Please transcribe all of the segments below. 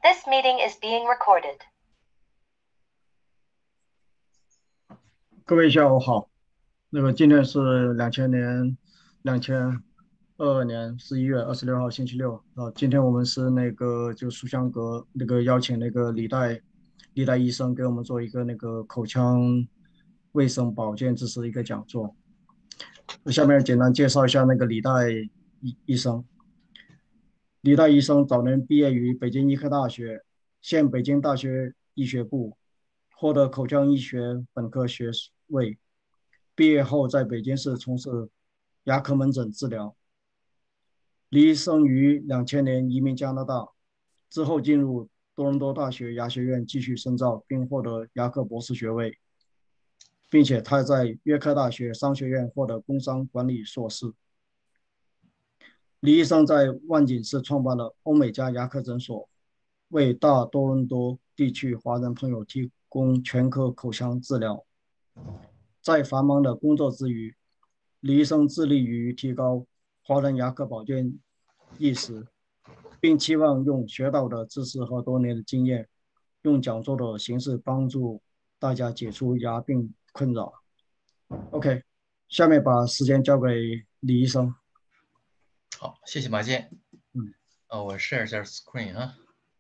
This meeting is being recorded. 各位下午好，今天是2022年11月26号星期六今天我们是就书香阁邀请李代医生给我们做一个口腔卫生保健知识的一个讲座。下面简单介绍一下李代医生。李代医生早年毕业于北京医科大学，现北京大学医学部，获得口腔医学本科学位。毕业后在北京市从事牙科门诊治疗。李医生于2000年移民加拿大，之后进入多伦多大学牙学院继续深造，并获得牙科博士学位，并且他在约克大学商学院获得工商管理硕士。李医生在万锦市创办了欧美家牙科诊所，为大多伦多地区华人朋友提供全科口腔治疗。在繁忙的工作之余，李医生致力于提高华人牙科保健意识，并期望用学到的知识和多年的经验，用讲座的形式帮助大家解除牙病困扰。OK， 下面把时间交给李医生。 好，谢谢马健。我 share 一下 screen 啊，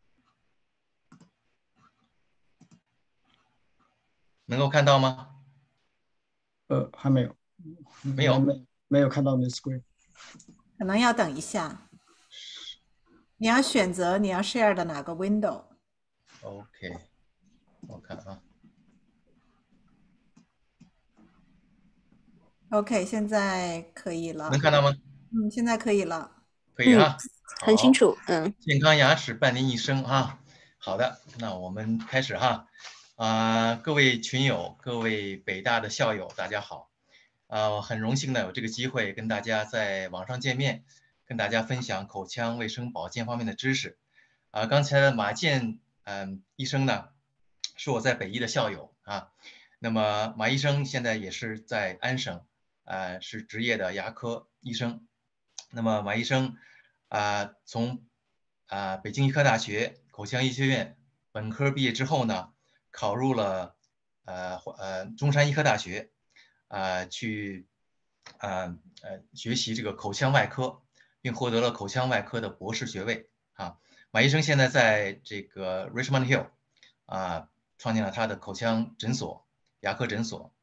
能够看到吗？ 还没有，没有看到你的 screen， 可能要等一下。你要选择你要 share 的哪个 window。OK， 我看啊。 OK， 现在可以了。 能看到吗？ 现在可以了。 可以啊， 很清楚。 健康牙齿伴您一生啊。好的，那我们开始哈。各位群友，各位北大的校友，大家好。很荣幸呢有这个机会跟大家在网上见面，跟大家分享口腔卫生保健方面的知识。刚才的马健医生呢是我在北医的校友啊。那么马医生现在也是在安省是执业的牙科医生。那么马医生从北京医科大学口腔医学院本科毕业之后呢，考入了中山医科大学去学习这个口腔外科，并获得了口腔外科的博士学位啊。马医生现在在这个 Richmond Hill 创建了他的口腔诊所、牙科诊所，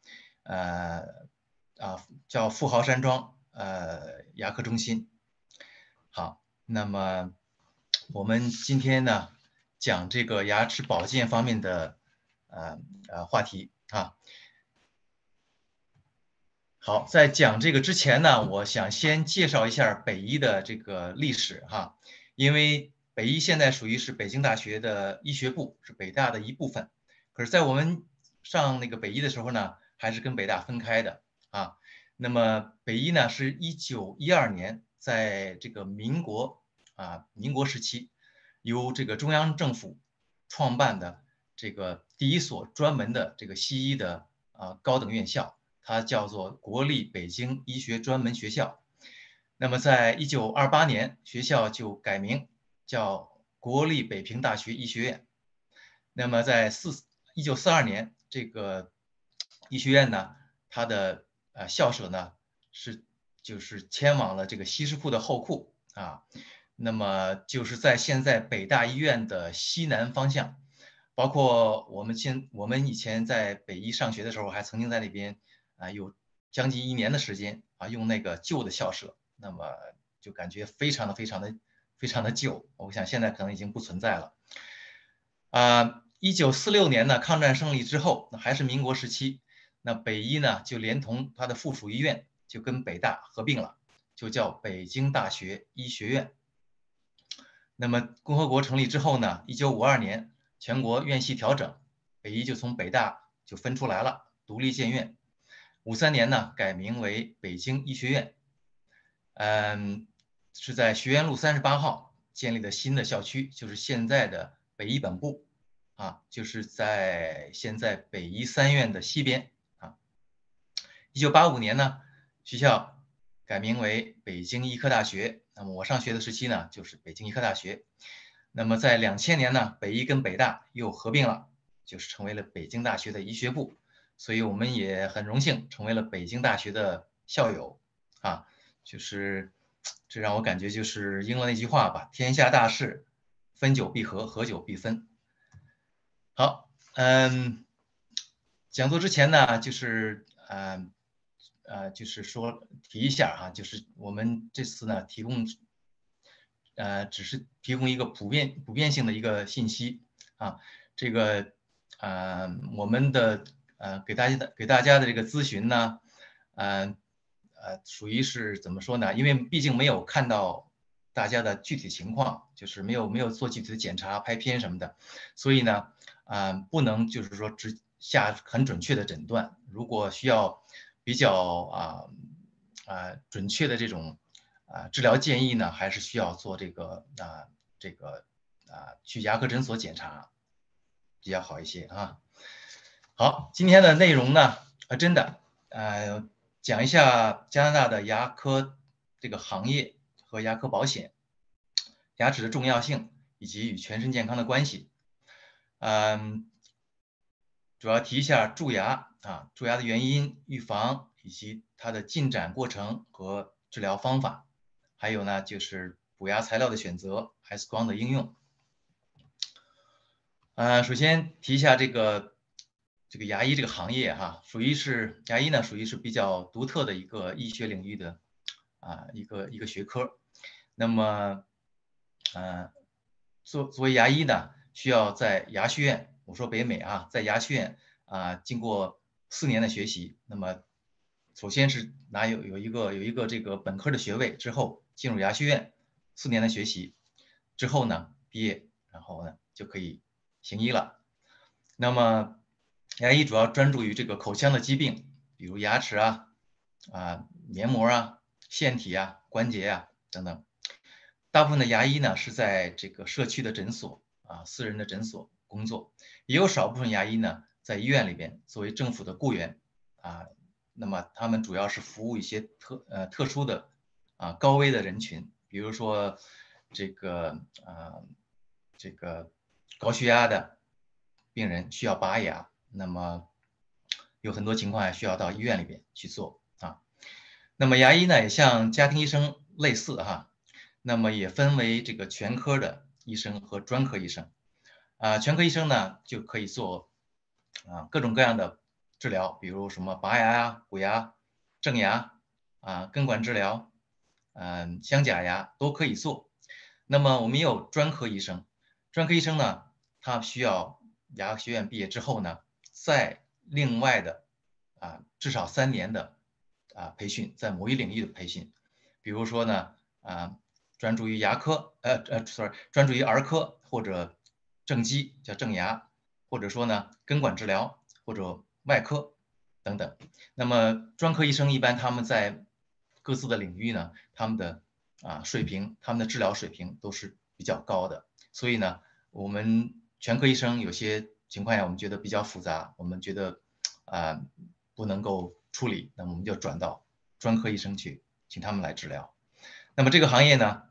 叫富豪山庄牙科中心。好，那么我们今天呢讲这个牙齿保健方面的话题啊。好，在讲这个之前呢，我想先介绍一下北医的这个历史哈，因为北医现在属于是北京大学的医学部，是北大的一部分。可是，在我们上那个北医的时候呢，还是跟北大分开的啊。那么北医呢是1912年在这个民国时期，由这个中央政府创办的这个第一所专门的这个西医的高等院校。它叫做国立北京医学专门学校。那么在1928年，学校就改名叫国立北平大学医学院。那么在1942年，这个医学院呢，它的校舍呢就是迁往了这个西什库的后库啊。那么就是在现在北大医院的西南方向。包括我们以前在北医上学的时候，还曾经在那边有将近1年的时间用那个旧的校舍，那么就感觉非常的旧，我想现在可能已经不存在了。1946年呢，抗战胜利之后，还是民国时期，那北医呢就连同它的附属医院就跟北大合并了，就叫北京大学医学院。那么共和国成立之后呢，1952年全国院系调整，北医就从北大就分出来了，独立建院。53年呢改名为北京医学院，是在学院路38号建立的新的校区，就是现在的北医本部就是在现在北医3院的西边1985年呢，学校改名为北京医科大学。那么我上学的时期呢，就是北京医科大学。 那么在2000年呢，北医跟北大又合并了，就是成为了北京大学的医学部，所以我们也很荣幸成为了北京大学的校友啊，就是这让我感觉就是应了那句话吧，天下大事，分久必合，合久必分。好，讲座之前呢，就是就是说提一下哈，就是我们这次呢提供，只是提供一个普遍性的一个信息啊，这个我们的给大家的这个咨询呢，属于是怎么说呢？因为毕竟没有看到大家的具体情况，就是没有做具体的检查、拍片什么的，所以呢，不能就是说下很准确的诊断。如果需要比较准确的这种治疗建议呢，还是需要做这个去牙科诊所检查比较好一些啊。好，今天的内容呢，真的讲一下加拿大的牙科这个行业和牙科保险、牙齿的重要性以及与全身健康的关系。主要提一下蛀牙蛀牙的原因、预防以及它的进展过程和治疗方法，还有呢就是补牙材料的选择、X 光的应用。首先提一下这个牙医这个行业哈，牙医呢属于是比较独特的一个医学领域的一个学科。那么作为牙医呢，需要在牙学院，我说北美在牙学院经过4年的学习。那么首先是有一个这个本科的学位，之后进入牙学院4年的学习，之后呢毕业，然后呢就可以行医了。那么牙医主要专注于这个口腔的疾病，比如牙齿黏膜腺体关节等等。大部分的牙医呢是在这个社区的诊所私人的诊所工作，也有少部分牙医呢在医院里边作为政府的雇员那么他们主要是服务一些特殊的高危的人群，比如说这个高血压的病人需要拔牙，那么有很多情况需要到医院里边去做那么牙医呢也像家庭医生类似那么也分为这个全科的医生和专科医生全科医生呢就可以做各种各样的治疗，比如什么拔牙补牙、正牙根管治疗镶假牙都可以做。那么我们也有专科医生，专科医生呢他需要牙学院毕业之后呢再另外的至少3年的培训，在某一领域的培训，比如说呢专注于牙科专注于儿科或者正畸叫正牙，或者说呢根管治疗或者外科等等。那么专科医生一般他们在各自的领域呢，他们的水平，他们的治疗水平都是比较高的。所以呢我们全科医生有些情况下我们觉得比较复杂，我们觉得不能够处理，那么我们就转到专科医生去，请他们来治疗。那么这个行业呢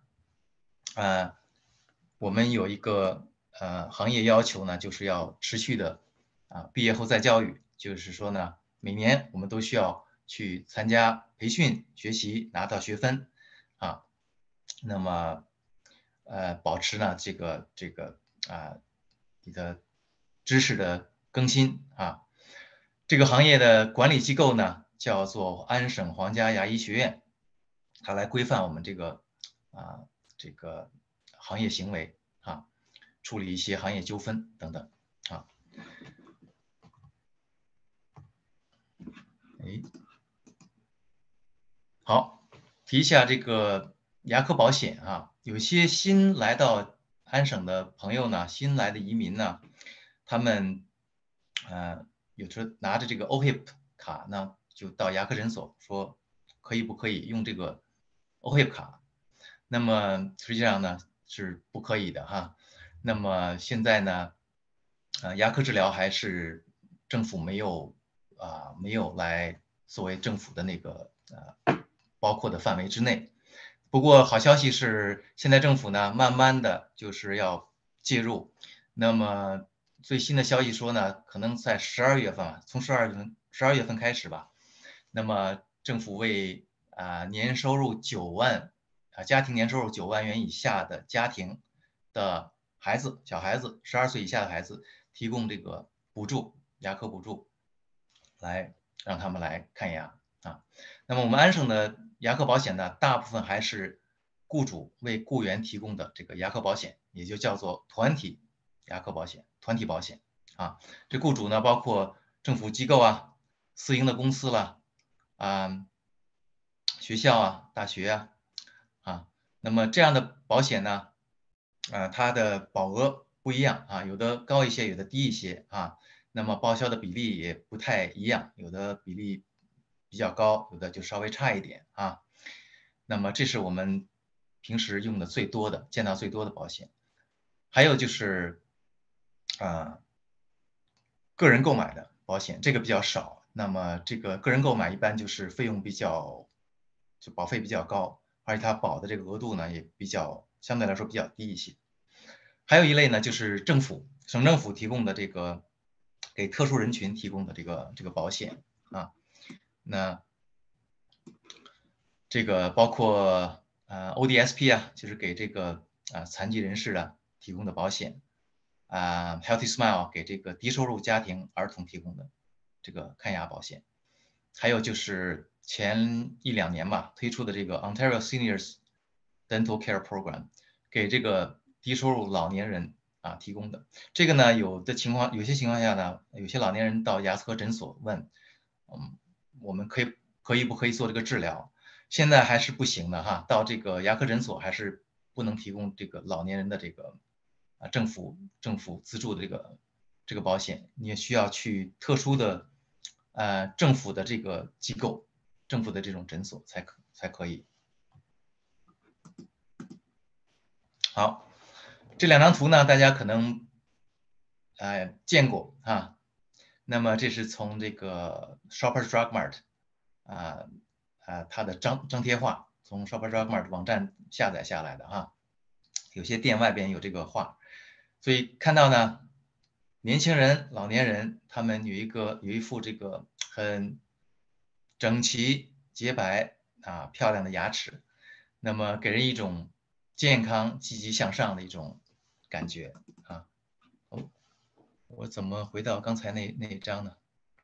我们有一个行业要求呢，就是要持续的毕业后再教育，就是说呢每年我们都需要去参加培训学习，拿到学分那么保持呢这个你的知识的更新这个行业的管理机构呢叫做安省皇家牙医学院，它来规范我们这个行业行为处理一些行业纠纷等等好，提一下这个牙科保险有些新来到安省的朋友呢，新来的移民呢，他们有时候拿着这个 OHIP 卡呢，就到牙科诊所说不可以用这个 OHIP 卡，那么实际上呢是不可以的那么现在呢牙科治疗还是政府没有来作为政府的那个包括的范围之内。 不过好消息是，现在政府呢慢慢的就是要介入。那么最新的消息说呢，可能在12月份啊，从12月份开始吧，那么政府为年收入9万家庭年收入9万元以下的家庭的小孩子12岁以下的孩子提供这个补助，牙科补助，来让他们来看牙啊。那么我们安省的牙科保险呢，大部分还是雇主为雇员提供的这个牙科保险，也就叫做团体牙科保险、团体保险啊。这雇主呢，包括政府机构啊、私营的公司啦、学校啊、大学啊。那么这样的保险呢，它的保额不一样啊，有的高一些，有的低一些啊。那么报销的比例也不太一样，有的比例比较高，有的就稍微差一点啊。那么这是我们平时用的最多的、见到最多的保险。还有就是个人购买的保险，这个比较少。那么这个个人购买一般就是费用就保费比较高，而且它保的这个额度呢也相对来说比较低一些。还有一类呢，就是省政府提供的这个给特殊人群提供的这个保险啊。那这个包括ODSP 啊，就是给这个残疾人士的提供的保险Healthy Smile 给这个低收入家庭儿童提供的这个看牙保险，还有就是前1、2年吧推出的这个 Ontario Seniors Dental Care Program 给这个低收入老年人提供的。这个呢，有些情况下呢，有些老年人到牙科诊所问，我们可不可以做这个治疗？现在还是不行的哈，到这个牙科诊所还是不能提供这个老年人的这个政府资助的这个保险，你也需要去特殊的政府的这个机构、政府的这种诊所才可以。好，这2张图呢，大家可能见过啊。那么这是从这个 Shoppers Drug Mart 它的张贴画，从 Shoppers Drug Mart 网站下载下来的哈。有些店外边有这个画，所以看到呢，年轻人、老年人他们有一副这个很整齐、洁白漂亮的牙齿，那么给人一种健康、积极向上的一种感觉啊。我怎么回到刚才那一张呢？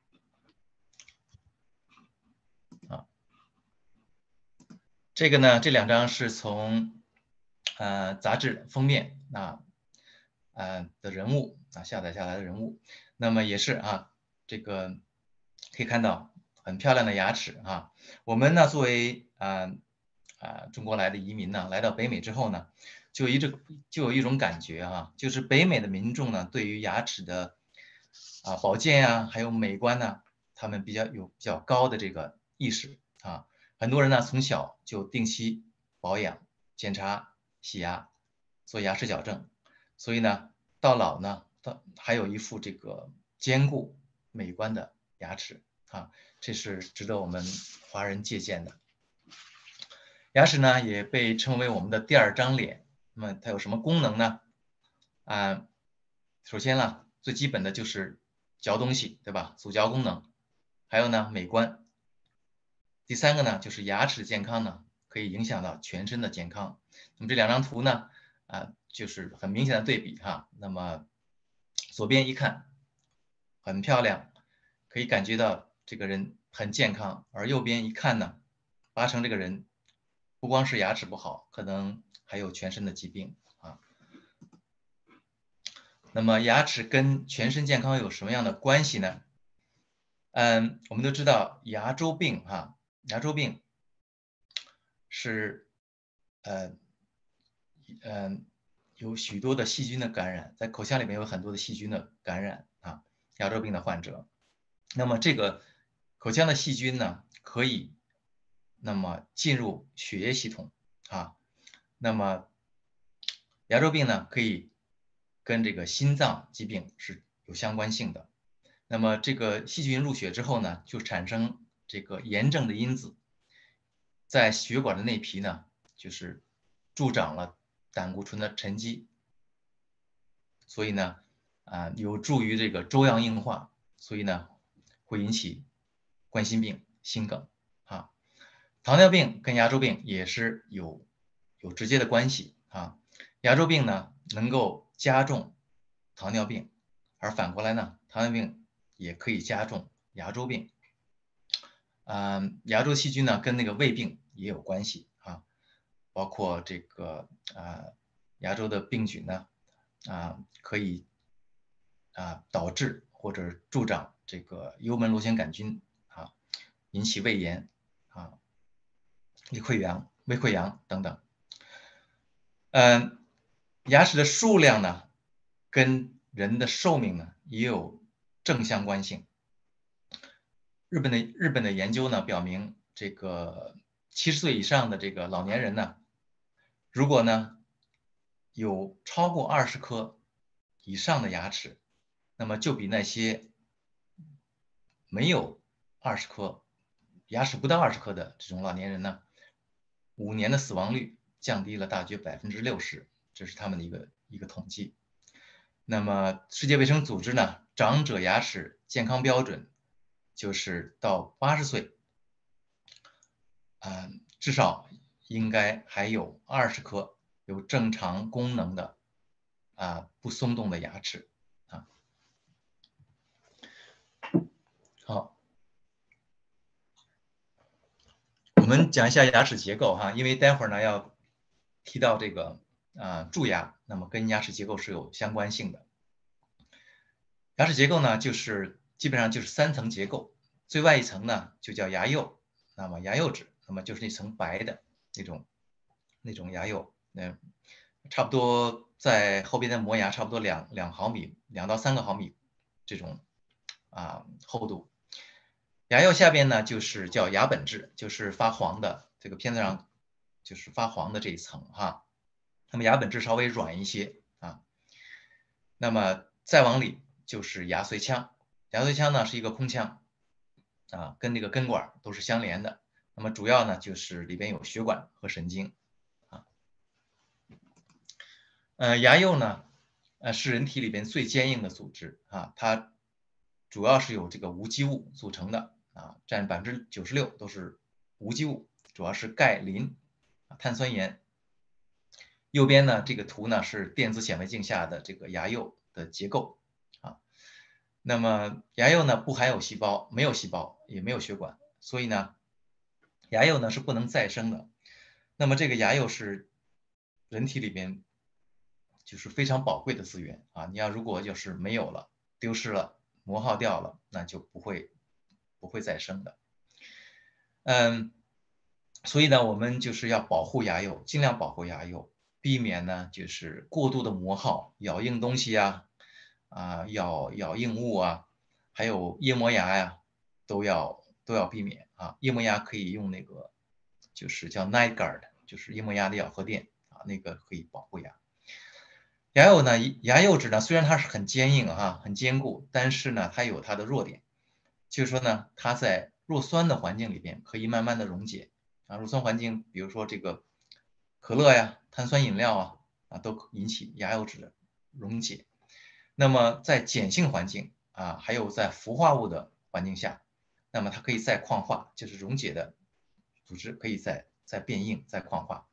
这个呢，这2张是从杂志封面的人物下载下来的人物，那么也是这个可以看到很漂亮的牙齿啊。我们呢作为中国来的移民呢，来到北美之后呢，就有一种感觉就是北美的民众呢对于牙齿的保健还有美观呢，他们有比较高的这个意识啊。很多人呢从小就定期保养、检查、洗牙、做牙齿矫正，所以呢到老呢还有一副这个坚固美观的牙齿这是值得我们华人借鉴的。牙齿呢也被称为我们的第2张脸，那么它有什么功能呢？首先呢最基本的就是嚼东西，对吧？咀嚼功能，还有呢美观。第3个呢，就是牙齿健康呢，可以影响到全身的健康。那么这2张图呢，就是很明显的对比那么左边一看很漂亮，可以感觉到这个人很健康，而右边一看呢，8成这个人不光是牙齿不好，可能还有全身的疾病那么牙齿跟全身健康有什么样的关系呢？我们都知道牙周病牙周病是有许多的细菌的感染，在口腔里面有很多的细菌的感染牙周病的患者。那么这个口腔的细菌呢，可以那么进入血液系统那么牙周病呢，可以跟这个心脏疾病是有相关性的。那么这个细菌入血之后呢，就产生这个炎症的因子，在血管的内皮呢就是助长了胆固醇的沉积，所以呢有助于这个粥样硬化，所以呢会引起冠心病、心梗啊。糖尿病跟牙周病也是有直接的关系啊。牙周病呢能够加重糖尿病，而反过来呢，糖尿病也可以加重牙周病。牙周细菌呢跟那个胃病也有关系啊，包括这个牙周的病菌呢可以导致或者助长这个幽门螺旋杆菌啊，引起胃炎啊、胃溃疡等等。牙齿的数量呢跟人的寿命呢也有正相关性。日本的研究呢表明，这个70岁以上的这个老年人呢，如果呢有超过20颗以上的牙齿，那么就比那些没有20颗牙齿不到20颗的这种老年人呢，5年的死亡率降低了大约60%，这是他们的一个统计。那么世界卫生组织呢，长者牙齿健康标准就是到80岁，至少应该还有20颗有正常功能的不松动的牙齿啊。好，我们讲一下牙齿结构哈，因为待会儿呢要提到这个蛀牙，那么跟牙齿结构是有相关性的。牙齿结构呢，就是基本上就是3层结构，最外一层呢就叫牙釉，那么牙釉质，那么就是那层白的那种牙釉，差不多在后边的磨牙差不多2毫米，2到3个毫米这种厚度。牙釉下边呢就是叫牙本质，就是发黄的，这个片子上就是发黄的这一层哈。那么牙本质稍微软一些啊。那么再往里就是牙髓腔，牙髓腔呢是一个空腔跟这个根管都是相连的。那么主要呢就是里边有血管和神经牙釉呢是人体里边最坚硬的组织它主要是由这个无机物组成的占96%都是无机物，主要是钙、磷、碳酸盐。右边呢这个图呢是电子显微镜下的这个牙釉的结构那么牙釉呢不含有细胞，没有细胞，也没有血管，所以呢牙釉呢是不能再生的。那么这个牙釉是人体里边就是非常宝贵的资源你要如果就是没有了、丢失了、磨耗掉了，那就不会再生的。所以呢我们就是要保护牙釉，尽量保护牙釉，避免呢就是过度的磨耗，咬硬东西咬硬物还有叶磨牙呀都要避免叶磨牙可以用那个就是叫 Night Guard， 就是叶磨牙的咬合垫那个可以保护牙。牙釉呢，牙釉质呢虽然它是很坚硬很坚固，但是呢它有它的弱点，就是说呢它在弱酸的环境里边可以慢慢的溶解弱酸环境比如说这个可乐呀、碳酸饮料都引起牙釉质的溶解。那么在碱性环境还有在氟化物的环境下，那么它可以再矿化，就是溶解的组织可以再变硬、再矿化。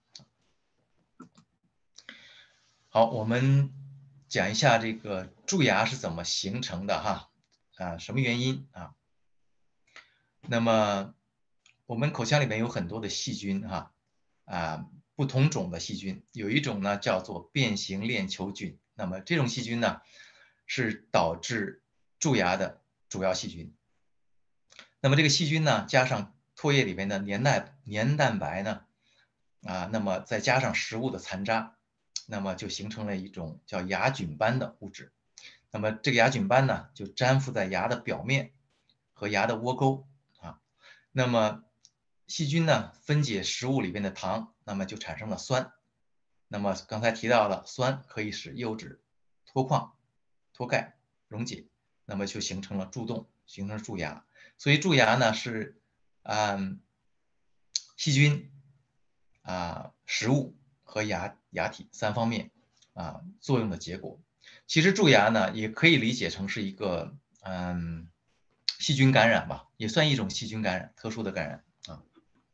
好，我们讲一下这个蛀牙是怎么形成的什么原因那么我们口腔里面有很多的细菌不同种的细菌，有一种呢叫做变形链球菌，那么这种细菌呢是导致蛀牙的主要细菌。那么这个细菌呢加上唾液里面的黏蛋白呢那么再加上食物的残渣，那么就形成了一种叫牙菌斑的物质。那么这个牙菌斑呢就粘附在牙的表面和牙的窝沟那么细菌呢分解食物里边的糖，那么就产生了酸。那么刚才提到了酸可以使釉质脱矿、脱钙、溶解，那么就形成了蛀洞，形成了蛀牙。所以蛀牙呢是细菌食物和牙体3方面作用的结果。其实蛀牙呢，也可以理解成是一个细菌感染吧，也算一种细菌感染，特殊的感染啊。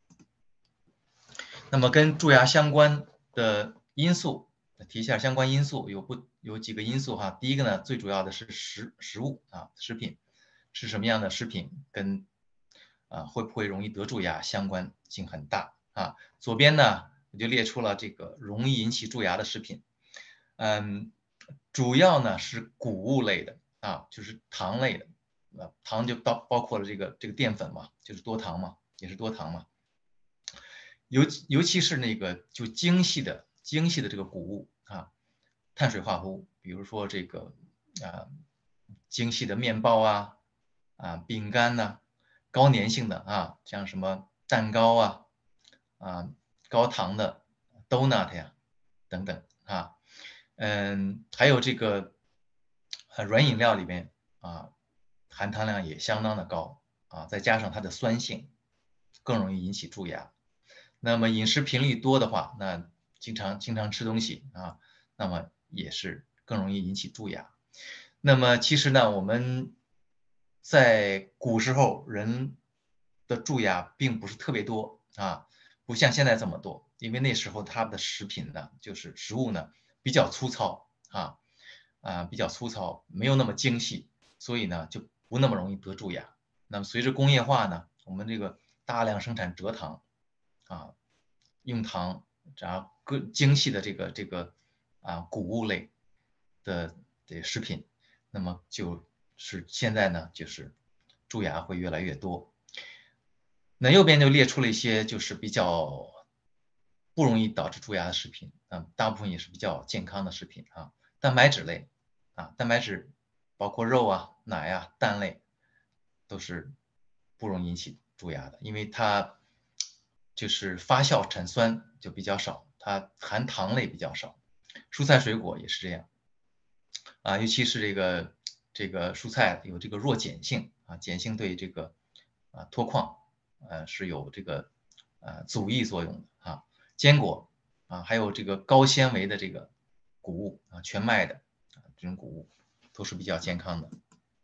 那么跟蛀牙相关的因素，提一下相关因素有几个因素哈。第一个呢，最主要的是食物食品，吃什么样的食品跟会不会容易得蛀牙相关性很大啊。左边呢，我就列出了这个容易引起蛀牙的食品，主要呢是谷物类的就是糖类的，糖就包括了这个淀粉嘛，就是多糖嘛，也是多糖嘛。尤其是那个就精细的这个谷物碳水化合物，比如说这个精细的面包饼干呐，高粘性的像什么蛋糕高糖的 donut 呀等等还有这个软饮料里面含糖量也相当的高再加上它的酸性，更容易引起蛀牙。那么饮食频率多的话，那经常吃东西那么也是更容易引起蛀牙。那么其实呢，我们在古时候人的蛀牙并不是特别多不像现在这么多，因为那时候它的食品呢，就是食物呢比较粗糙比较粗糙，没有那么精细，所以呢就不那么容易得蛀牙。那么随着工业化呢，我们这个大量生产蔗糖用糖然后更精细的这个谷物类的食品，那么就是现在呢就是蛀牙会越来越多。那右边就列出了一些就是比较不容易导致蛀牙的食品大部分也是比较健康的食品蛋白质类蛋白质包括肉奶蛋类都是不容易引起蛀牙的，因为它就是发酵产酸就比较少，它含糖类比较少。蔬菜水果也是这样尤其是这个蔬菜有这个弱碱性碱性对这个脱矿是有这个阻抑作用的坚果还有这个高纤维的这个谷物全麦的这种谷物都是比较健康的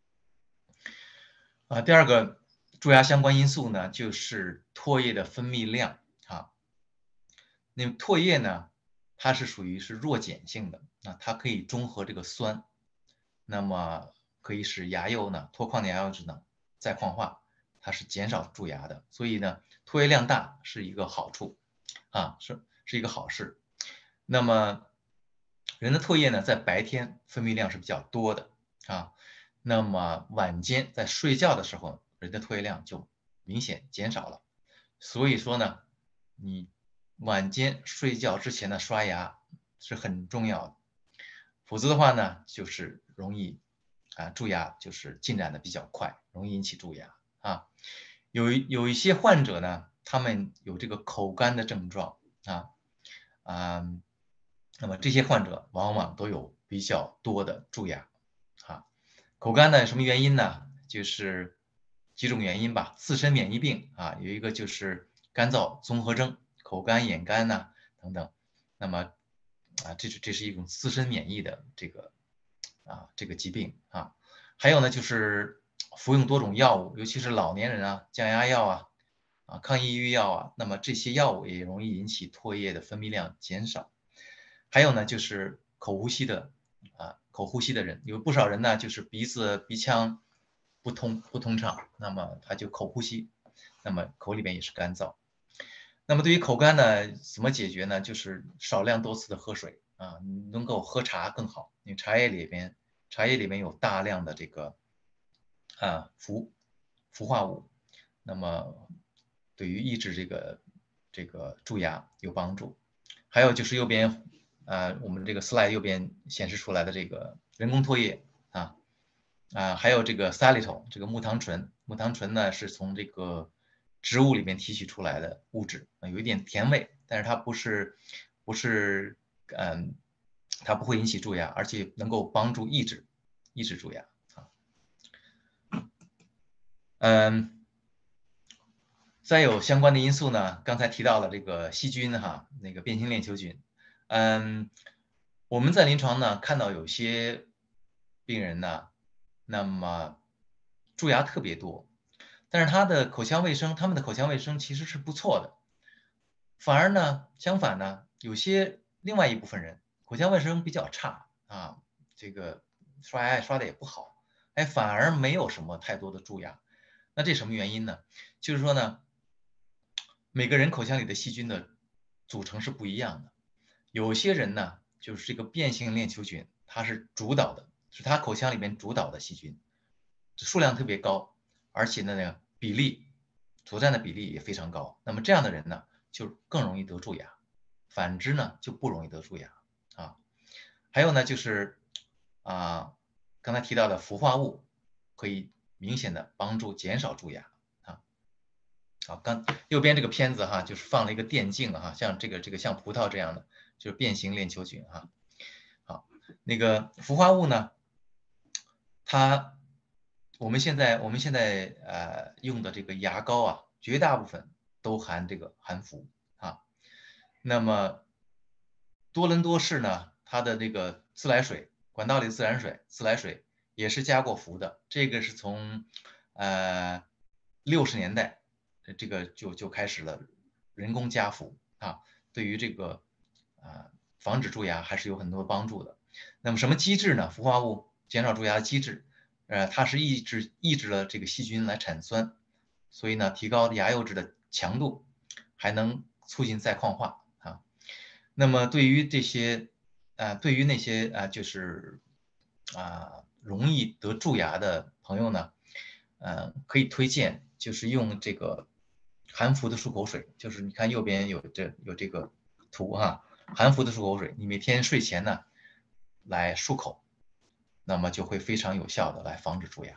第二个蛀牙相关因素呢，就是唾液的分泌量那么唾液呢，它是属于是弱碱性的它可以中和这个酸，那么可以使牙釉呢脱矿的牙釉质呢再矿化，它是减少蛀牙的。所以呢，唾液量大是一个好处是一个好事。那么人的唾液呢，在白天分泌量是比较多的那么晚间在睡觉的时候，人的唾液量就明显减少了。所以说呢，你晚间睡觉之前的刷牙是很重要的，否则的话呢，就是容易蛀牙就是进展的比较快，容易引起蛀牙有一些患者呢，他们有这个口干的症状那么这些患者往往都有比较多的蛀牙口干呢，什么原因呢？就是几种原因吧。自身免疫病有一个就是干燥综合征，口干、眼干等等。那么这是一种自身免疫的这个疾病还有呢，就是服用多种药物，尤其是老年人降压药抗抑郁药那么这些药物也容易引起唾液的分泌量减少。还有呢，就是口呼吸的人，有不少人呢，就是鼻子鼻腔不通畅，那么他就口呼吸，那么口里面也是干燥。那么对于口干呢，怎么解决呢？就是少量多次的喝水能够喝茶更好，因为茶叶里面有大量的这个氟化物，那么对于抑制这个蛀牙有帮助。还有就是右边我们这个 slide 右边显示出来的这个人工唾液还有这个 xylitol 这个木糖醇呢是从这个植物里面提取出来的物质有一点甜味，但是它不是它不会引起蛀牙，而且能够帮助抑制蛀牙再有相关的因素呢，刚才提到了这个细菌哈，那个变形链球菌。我们在临床呢看到有些病人呢，那么蛀牙特别多，但是他们的口腔卫生其实是不错的，反而呢，相反呢，有些另外一部分人口腔卫生比较差啊，这个刷牙刷的也不好，哎，反而没有什么太多的蛀牙。那这什么原因呢？就是说呢，每个人口腔里的细菌的组成是不一样的。有些人呢，就是这个变形链球菌，它是主导的，是他口腔里面主导的细菌，数量特别高，而且呢，所占的比例也非常高。那么这样的人呢，就更容易得蛀牙，反之呢，就不容易得蛀牙啊。还有呢，就是刚才提到的氟化物可以明显的帮助减少蛀牙啊。好，右边这个片子哈，就是放了一个电镜哈，像这个像葡萄这样的，就是变形链球菌哈。好，那个氟化物呢，我们现在用的这个牙膏啊，绝大部分都含氟啊。那么多伦多市呢，它的这个自来水管道里的自来水也是加过氟的，这个是从60年代这个就开始了人工加氟啊，对于这个防止蛀牙还是有很多帮助的。那么什么机制呢？氟化物减少蛀牙的机制，它是抑制了这个细菌来产酸，所以呢，提高牙釉质的强度，还能促进再矿化啊。那么对于那些就是容易得蛀牙的朋友呢，可以推荐就是用这个含氟的漱口水，就是你看右边有这个图哈，含氟的漱口水，你每天睡前呢来漱口，那么就会非常有效的来防止蛀牙。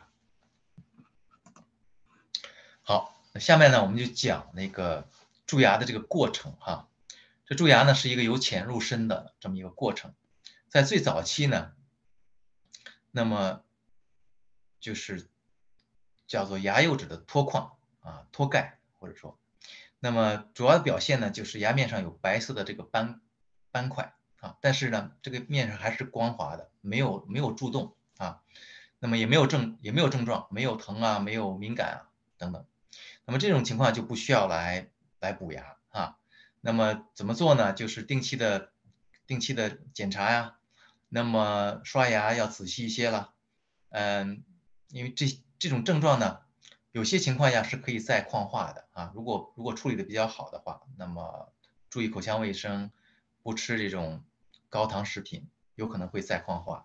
好，下面呢我们就讲那个蛀牙的这个过程哈。这蛀牙呢是一个由浅入深的这么一个过程，在最早期呢，那么就是叫做牙釉质的脱矿脱钙，或者说，那么主要的表现呢就是牙面上有白色的这个斑块但是呢这个面上还是光滑的，没有蛀洞那么也没有症状，没有疼没有敏感等等，那么这种情况就不需要来补牙那么怎么做呢？就是定期的检查呀，那么刷牙要仔细一些了，因为这种症状呢，有些情况下是可以再矿化的如果处理的比较好的话，那么注意口腔卫生，不吃这种高糖食品，有可能会再矿化。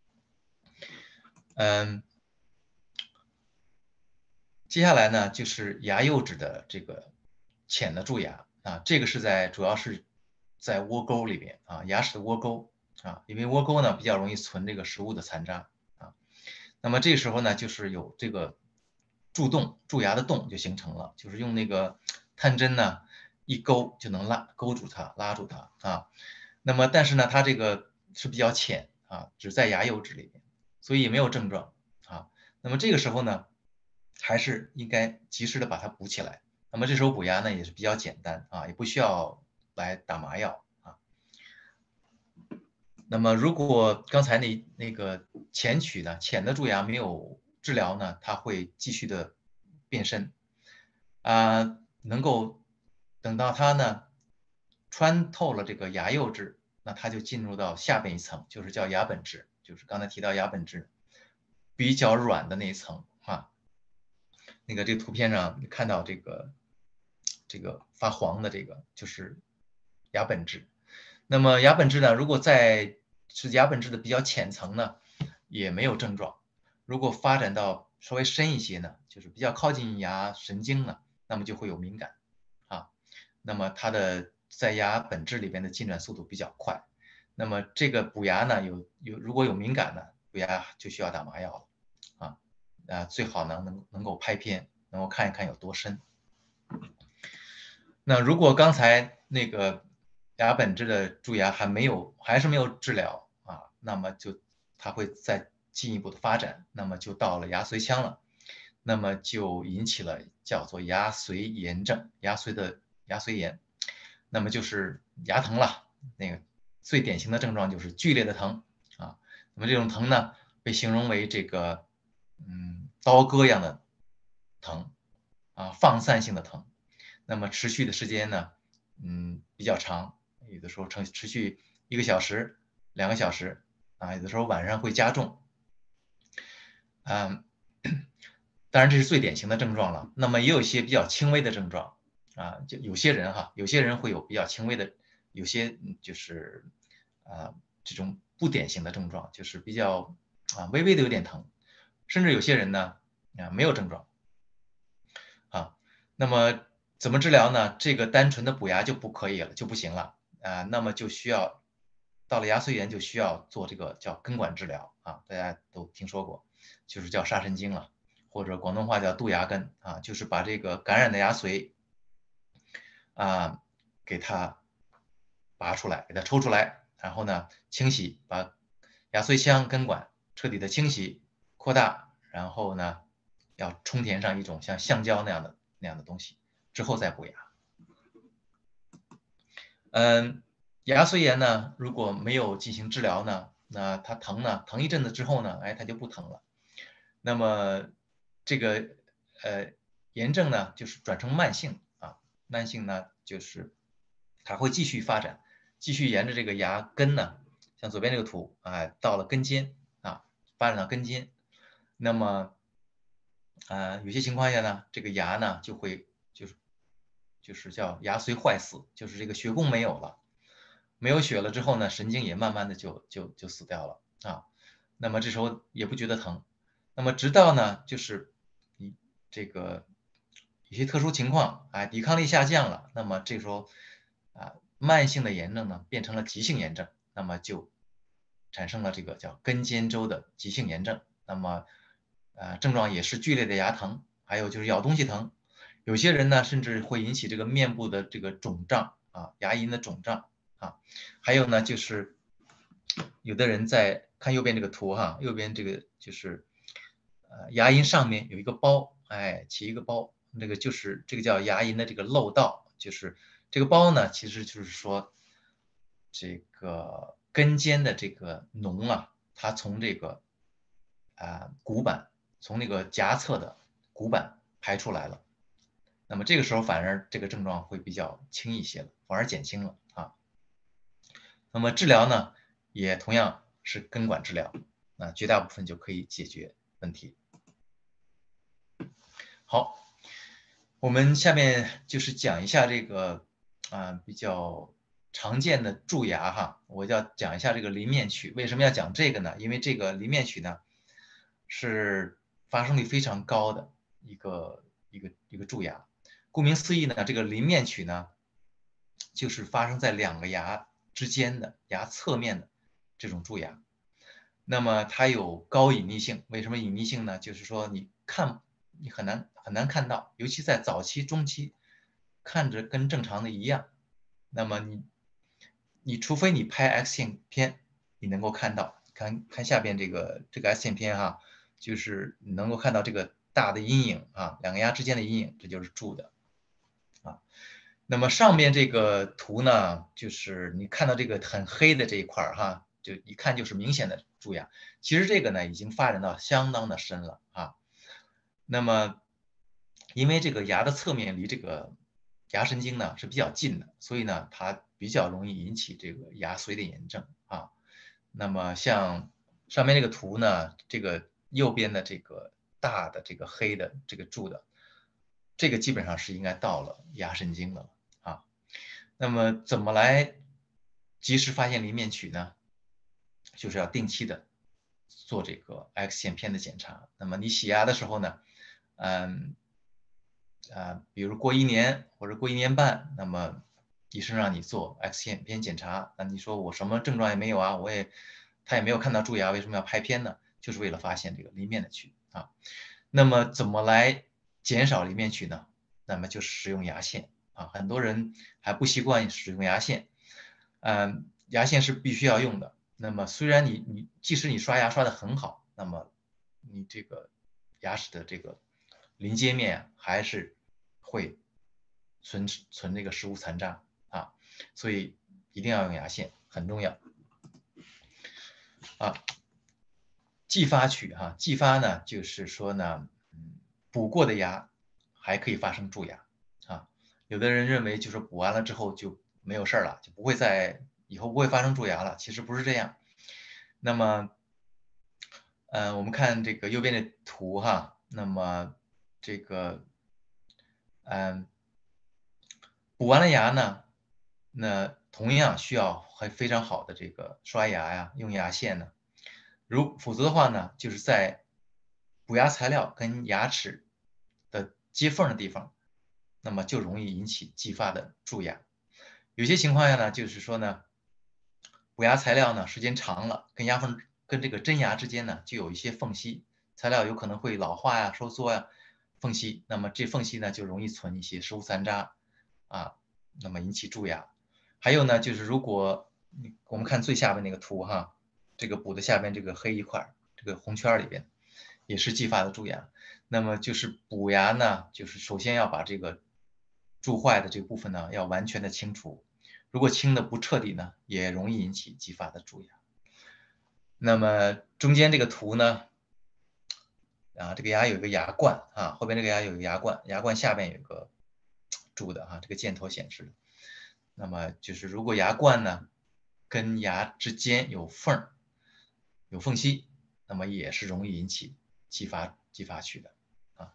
接下来呢，就是牙釉质的这个浅的蛀牙这个主要是在窝沟里边牙齿的窝沟因为窝沟呢比较容易存这个食物的残渣那么这个时候呢，就是有这个蛀牙的洞就形成了，就是用那个探针呢一勾就能勾住它，拉住它那么但是呢，它这个是比较浅只在牙釉质里面，所以也没有症状那么这个时候呢，还是应该及时的把它补起来。那么这时候补牙呢也是比较简单也不需要来打麻药那么如果刚才那个浅的蛀牙没有治疗呢，它会继续的变深能够等到它呢穿透了这个牙釉质，那它就进入到下边一层，就是叫牙本质，就是刚才提到牙本质比较软的那一层那个这个图片上你看到这个发黄的这个就是牙本质。那么牙本质呢，如果是牙本质的比较浅层呢，也没有症状。如果发展到稍微深一些呢，就是比较靠近牙神经呢，那么就会有敏感那么它的在牙本质里边的进展速度比较快。那么这个补牙呢，如果有敏感呢，补牙就需要打麻药了最好能够拍片，能够看一看有多深。那如果刚才那个牙本质的蛀牙还是没有治疗那么它会再进一步的发展，那么就到了牙髓腔了。 那么就引起了叫做牙髓炎症，牙髓炎，那么就是牙疼了。那个最典型的症状就是剧烈的疼啊。那么这种疼呢，被形容为这个刀割一样的疼啊，放散性的疼。那么持续的时间呢，比较长，有的时候持续1个小时、2个小时啊，有的时候晚上会加重。当然这是最典型的症状了。那么也有一些比较轻微的症状啊，就有些人会有比较轻微的，有些就是这种不典型的症状，就是比较微微的有点疼，甚至有些人呢没有症状啊。那么怎么治疗呢？这个单纯的补牙就不可以了，就不行了啊。那么就需要到了牙髓炎就需要做这个叫根管治疗啊，大家都听说过，就是叫杀神经了。或者广东话叫杜牙根啊，就是把这个感染的牙髓给它拔出来，给它抽出来，然后呢清洗，把牙髓腔根管彻底的清洗扩大，然后呢要充填上一种像橡胶那样的东西，之后再补牙。牙髓炎呢如果没有进行治疗呢，那它疼一阵子之后呢，它就不疼了。那么这个炎症呢，就是转成慢性啊，慢性呢就是它会继续发展，继续沿着这个牙根呢，像左边这个图到了根尖啊，发展到根尖。那么有些情况下呢，这个牙呢就会就是叫牙髓坏死，就是这个血供没有了，没有血了之后呢，神经也慢慢的就死掉了啊。那么这时候也不觉得疼。那么直到呢，就是你这个有些特殊情况抵抗力下降了，那么这时候慢性的炎症呢变成了急性炎症，那么就产生了这个叫根尖周的急性炎症。那么症状也是剧烈的牙疼，还有就是咬东西疼。有些人呢甚至会引起这个面部的这个肿胀牙龈的肿胀还有呢就是有的人在看右边这个图右边这个就是牙龈上面有一个包，起一个包，这个就是这个叫牙龈的这个漏道，就是这个包呢，其实就是说这个根尖的这个脓它从这个骨板，从那个颊侧的骨板排出来了。那么这个时候反而这个症状会比较轻一些了，反而减轻了那么治疗呢，也同样是根管治疗，绝大部分就可以解决问题。好，我们下面就是讲一下这个比较常见的蛀牙我要讲一下这个邻面龋。为什么要讲这个呢？因为这个邻面龋呢是发生率非常高的一个蛀牙。顾名思义呢，这个邻面龋呢就是发生在2个牙之间的牙侧面的这种蛀牙。那么它有高隐匿性，为什么隐匿性呢？就是说你很难看到，尤其在早期、中期，看着跟正常的一样。那么你除非你拍 X 线片，你能够看到，看下边这个 X 线片就是你能够看到这个大的阴影2个牙之间的阴影，这就是蛀的那么上面这个图呢，就是你看到这个很黑的这一块就一看就是明显的蛀牙。其实这个呢已经发展到相当的深了那么因为这个牙的侧面离这个牙神经呢是比较近的，所以呢它比较容易引起这个牙髓的炎症那么像上面这个图呢，这个右边的这个大的这个黑的这个蛀的，这个基本上是应该到了牙神经了那么怎么来及时发现邻面龋呢？就是要定期的做这个 X 线片的检查。那么你洗牙的时候呢，比如过1年或者过1年半，那么医生让你做 X 线片检查，那你说我什么症状也没有他也没有看到蛀牙，为什么要拍片呢？就是为了发现这个邻面的龋那么怎么来减少邻面龋呢？那么就使用牙线很多人还不习惯使用牙线，牙线是必须要用的。那么虽然即使你刷牙刷得很好，那么你这个牙齿的这个临接面还是会存这个食物残渣啊，所以一定要用牙线，很重要啊。继发龋哈，继发呢就是说呢，补过的牙还可以发生蛀牙啊。有的人认为就是补完了之后就没有事儿了，就不会以后不会发生蛀牙了，其实不是这样。那么我们看这个右边的图哈，那么这个补完了牙呢，那同样需要非常好的这个刷牙呀，用牙线呢。否则的话呢，就是在补牙材料跟牙齿的接缝的地方，那么就容易引起继发的蛀牙。有些情况下呢，就是说呢，补牙材料呢时间长了，跟这个真牙之间呢就有一些缝隙，材料有可能会老化呀、收缩呀，缝隙，那么这缝隙呢就容易存一些食物残渣啊，那么引起蛀牙。还有呢，就是如果我们看最下边那个图哈。这个补的下边这个黑一块，这个红圈里边也是继发的蛀牙。那么就是补牙呢，就是首先要把这个蛀坏的这个部分呢，要完全的清除。如果清的不彻底呢，也容易引起继发的蛀牙。那么中间这个图呢，这个牙有一个牙冠啊，后边这个牙有一个牙冠，牙冠下边有一个蛀的这个箭头显示。那么就是如果牙冠呢跟牙之间有缝隙，那么也是容易引起继发龋的啊。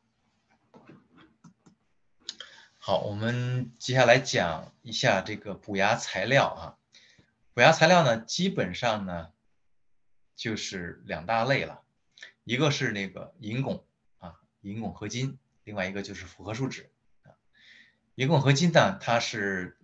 好，我们接下来讲一下这个补牙材料啊。补牙材料呢，基本上呢就是2大类了，一个是那个银汞啊，银汞合金，另外一个就是复合树脂啊。银汞合金呢，它是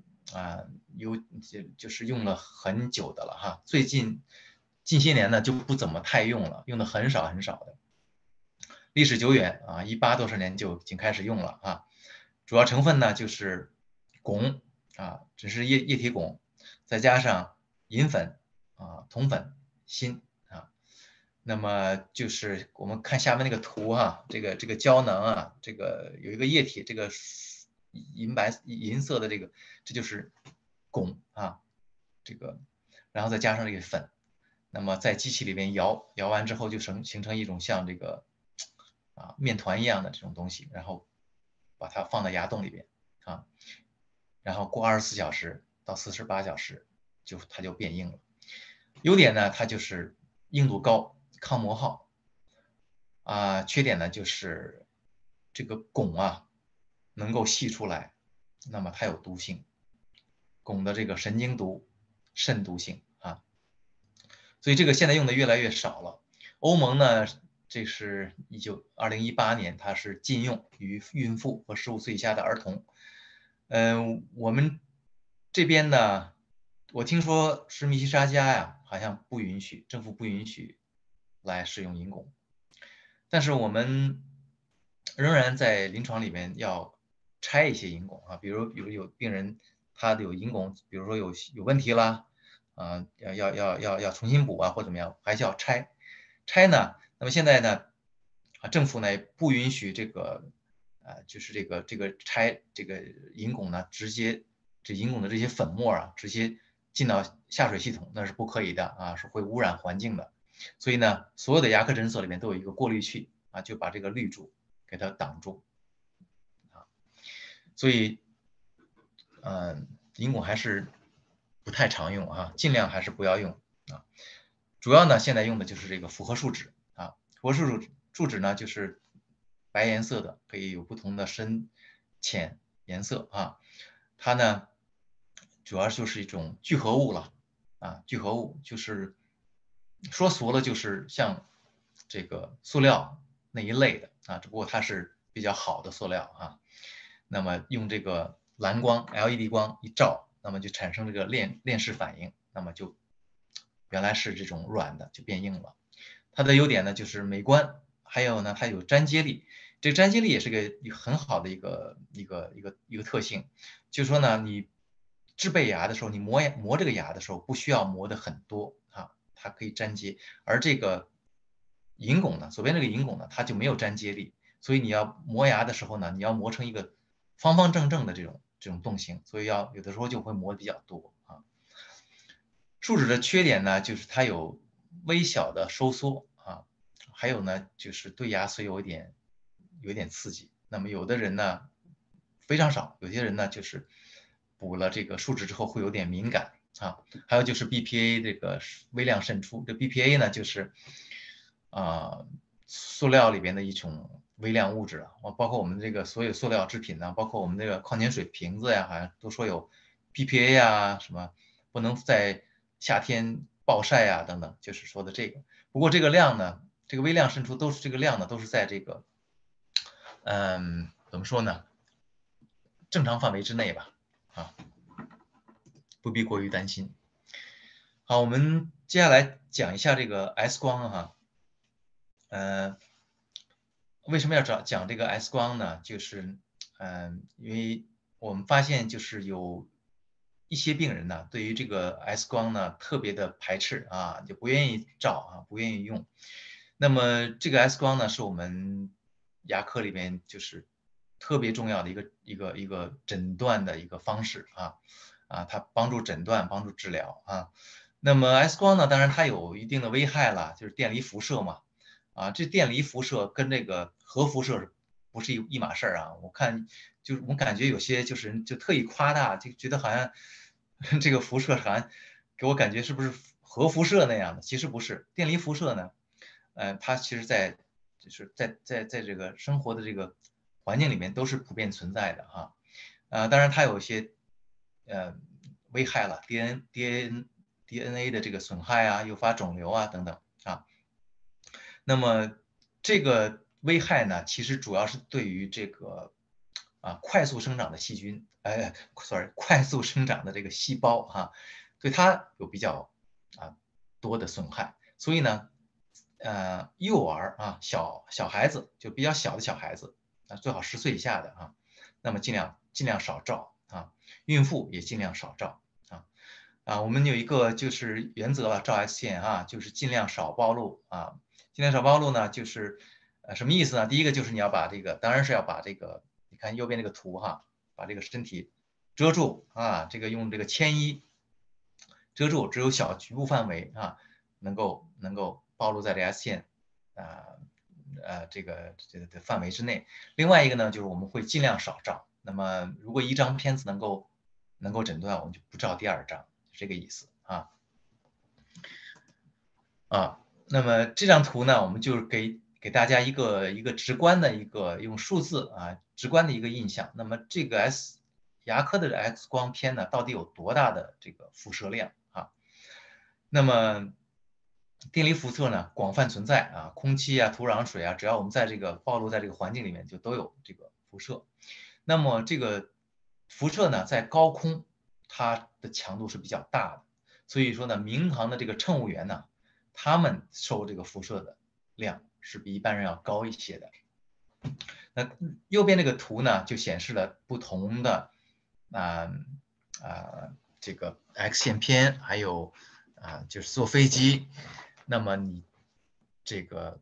就是用了很久的了哈，近些年呢就不怎么太用了，用的很少很少的。历史久远啊，18多少年就已经开始用了啊。主要成分呢就是汞啊，只是液体汞，再加上银粉啊、铜粉、锌啊。那么就是我们看下面那个图哈，这个胶囊啊，这个有一个液体，这个银色的这就是汞啊，这个然后再加上这个粉。那么在机器里面摇完之后，就形成一种像这个面团一样的这种东西，然后把它放在牙洞里边啊，然后过24小时到48小时，它就变硬了。优点呢，它就是硬度高，抗磨耗缺点呢就是这个汞啊能够析出来，那么它有毒性，汞的这个神经毒、肾毒性啊。所以这个现在用的越来越少了。欧盟呢，这是2018年，它是禁用于孕妇和15岁以下的儿童。我们这边呢，我听说是密西沙加呀，好像不允许，政府不允许来使用银汞。但是我们仍然在临床里面要拆一些银汞啊，比如有病人他有银汞，比如说有问题啦。要重新补啊，或怎么样，还是要拆呢？那么现在呢，政府呢也不允许这个就是这个拆这个银汞呢，直接这银汞的这些粉末啊，直接进到下水系统，那是不可以的啊，是会污染环境的。所以呢，所有的牙科诊所里面都有一个过滤器啊，就把这个滤柱给它挡住啊。所以，银汞还是不太常用啊，尽量还是不要用啊。主要呢，现在用的就是这个复合树脂啊。复合树脂呢，就是白颜色的，可以有不同的深浅颜色啊。它呢，主要就是一种聚合物了啊。聚合物就是说俗了，就是像这个塑料那一类的啊，只不过它是比较好的塑料啊。那么用这个蓝光 LED 光一照，那么就产生这个链式反应，那么就原来是这种软的就变硬了。它的优点呢就是美观，还有呢它有粘接力。这个粘接力也是个很好的一个特性，就是说呢你制备牙的时候，你磨这个牙的时候不需要磨的很多啊，它可以粘接。而这个银汞呢，左边这个银汞呢，它就没有粘接力， 所以你要磨牙的时候呢，你要磨成一个方方正正的这种动形，所以有的时候就会磨比较多啊。树脂的缺点呢，就是它有微小的收缩啊，还有呢就是对牙髓有一点刺激。那么有的人呢非常少，有些人呢就是补了这个树脂之后会有点敏感啊。还有就是 BPA 这个微量渗出，这 BPA 呢就是塑料里边的一种微量物质啊，包括我们这个所有塑料制品呢，包括我们这个矿泉水瓶子呀，好像都说有 BPA 啊，什么不能在夏天暴晒啊等等，就是说的这个。不过这个量呢，这个微量渗出都是这个量呢，都是在这个怎么说呢，正常范围之内吧，啊，不必过于担心。好，我们接下来讲一下这个 X 光哈。为什么要讲这个 X 光呢？就是因为我们发现就是有一些病人呢，对于这个 X 光呢特别的排斥啊，就不愿意照啊，不愿意用。那么这个 X 光呢，是我们牙科里面就是特别重要的一个诊断的一个方式啊，它帮助诊断，帮助治疗啊。那么 X 光呢，当然它有一定的危害了，就是电离辐射嘛。啊，这电离辐射跟这个核辐射不是一码事儿啊！我看就是我感觉有些就是人就特意夸大，就觉得好像这个辐射好像给我感觉是不是核辐射那样的？其实不是，电离辐射呢，它其实就是在这个生活的这个环境里面都是普遍存在的哈。当然它有一些危害了 DNA 的这个损害啊，诱发肿瘤啊等等啊。那么这个危害呢，其实主要是对于这个快速生长的细菌，快速生长的这个细胞对它有比较多的损害。所以呢，幼儿小孩子就比较小的小孩子最好10岁以下的那么尽量少照孕妇也尽量少照我们有一个就是原则了，照 X 线就是尽量少暴露尽量少暴露呢，就是什么意思呢？第一个就是你要把这个，当然是要把这个，你看右边这个图把这个身体遮住这个用这个铅衣遮住，只有小局部范围能够暴露在这 X 线这个的范围之内。另外一个呢，就是我们会尽量少照。那么如果一张片子能够诊断，我们就不照第2张，就这个意思那么这张图呢，我们就是给大家一个直观的用数字直观的一个印象。那么这个牙科的 X 光片呢，到底有多大的这个辐射量那么电离辐射呢，广泛存在空气土壤、水只要我们在这个暴露在这个环境里面，就都有这个辐射。那么这个辐射呢，在高空它的强度是比较大的，所以说呢，民航的这个乘务员呢，他们受这个辐射的量是比一般人要高一些的。那右边这个图呢，就显示了不同的这个 X 线片，还有就是坐飞机，那么你这个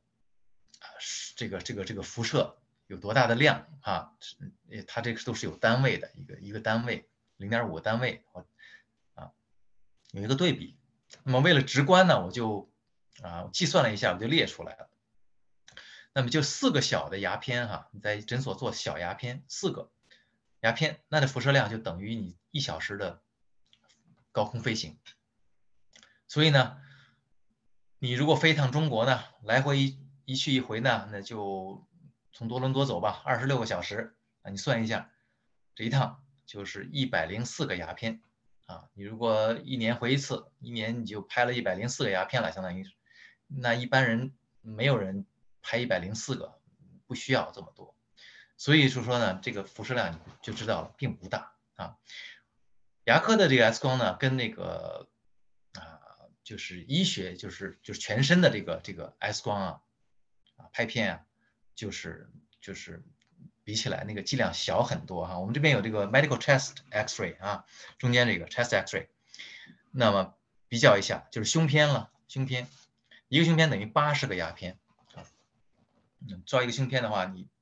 辐射有多大的量它这个都是有单位的一个单位，0.5个单位有一个对比。那么为了直观呢，我就计算了一下，我就列出来了。那么就4个小的牙片你在诊所做小牙片，4个牙片，那的辐射量就等于你1小时的高空飞行。所以呢，你如果飞一趟中国呢，来回一去一回呢，那就从多伦多走吧，26个小时你算一下，这一趟就是104个牙片你如果1年回一次，1年你就拍了104个牙片了，相当于是。那一般人没有人拍104个，不需要这么多。所以说呢，这个辐射量你就知道了，并不大牙科的这个 X 光呢，跟那个就是医学，就是全身的这个 X 光拍片就是比起来那个剂量小很多我们这边有这个 medical chest X-ray 中间这个 chest X-ray， 那么比较一下就是胸片了，一个胸片等于80个牙片照一个胸片的话，你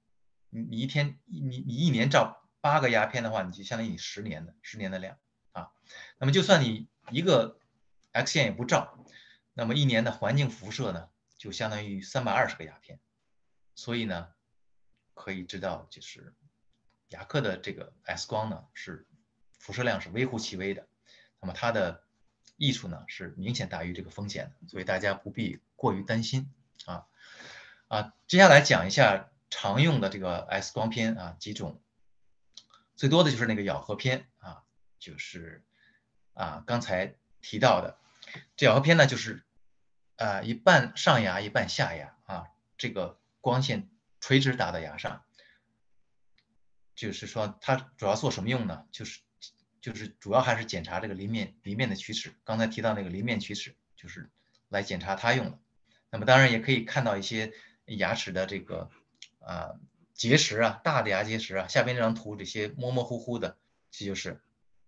你一年照8个牙片的话，你就相当于你10年的量啊。那么就算你一个 X 线也不照，那么一年的环境辐射呢，就相当于320个牙片。所以呢，可以知道就是牙科的这个 X 光呢是辐射量是微乎其微的，那么它的益处呢是明显大于这个风险的，所以大家不必过于担心啊。接下来讲一下常用的这个 X 光片啊，几种，最多的就是那个咬合片啊，就是刚才提到的这咬合片呢，就是一半上牙一半下牙啊，这个光线垂直打到牙上，就是说它主要做什么用呢？就是主要还是检查这个邻面的龋齿，刚才提到那个邻面龋齿，就是来检查它用的。那么当然也可以看到一些牙齿的这个结石啊，大的牙结石啊，下边这张图这些模模糊糊的，这就是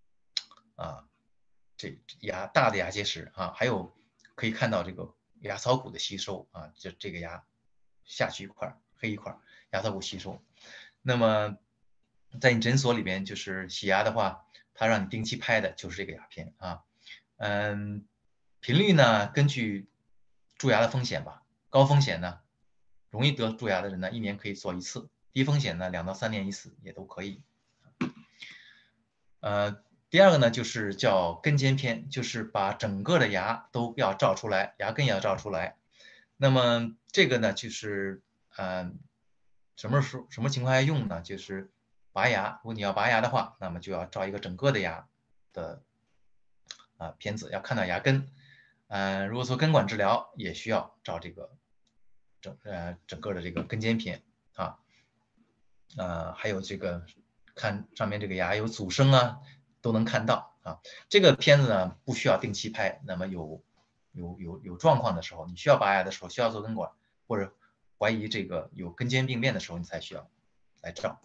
这大的牙结石啊，还有可以看到这个牙槽骨的吸收啊，这个牙下去一块黑一块牙槽骨吸收。那么在你诊所里边就是洗牙的话，它让你定期拍的就是这个牙片啊。频率呢根据蛀牙的风险吧，高风险呢容易得蛀牙的人呢，1年可以做1次，低风险呢2到3年1次也都可以。第二个呢就是叫根尖片，就是把整个的牙都要照出来，牙根也要照出来。那么这个呢就是什么情况下用呢？就是拔牙，如果你要拔牙的话，那么就要照一个整个的牙的片子，要看到牙根。如果做根管治疗，也需要照这个整个的这个根尖片啊。还有这个看上面这个牙有阻生啊，都能看到啊。这个片子呢不需要定期拍，那么有状况的时候，你需要拔牙的时候，需要做根管，或者怀疑这个有根尖病变的时候，你才需要来照。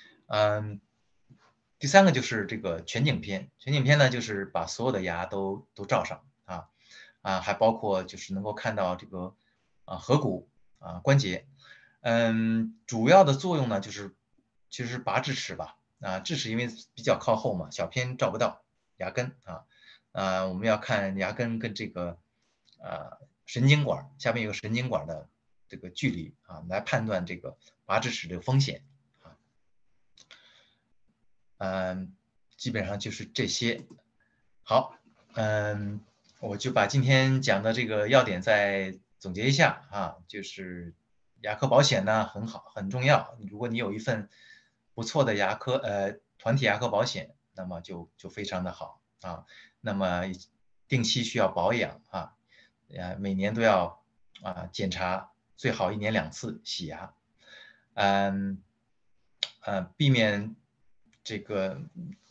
第三个就是这个全景片，全景片呢就是把所有的牙都照上还包括就是能够看到这个颌骨关节。主要的作用呢就是其实是拔智齿吧。智齿因为比较靠后嘛，小片照不到牙根我们要看牙根跟这个神经管下面有个神经管的这个距离来判断这个拔智齿的风险基本上就是这些。好，我就把今天讲的这个要点再总结一下就是牙科保险呢很好，很重要。如果你有一份不错的团体牙科保险，那么就非常的好那么定期需要保养每年都要检查，最好1年2次洗牙，避免这个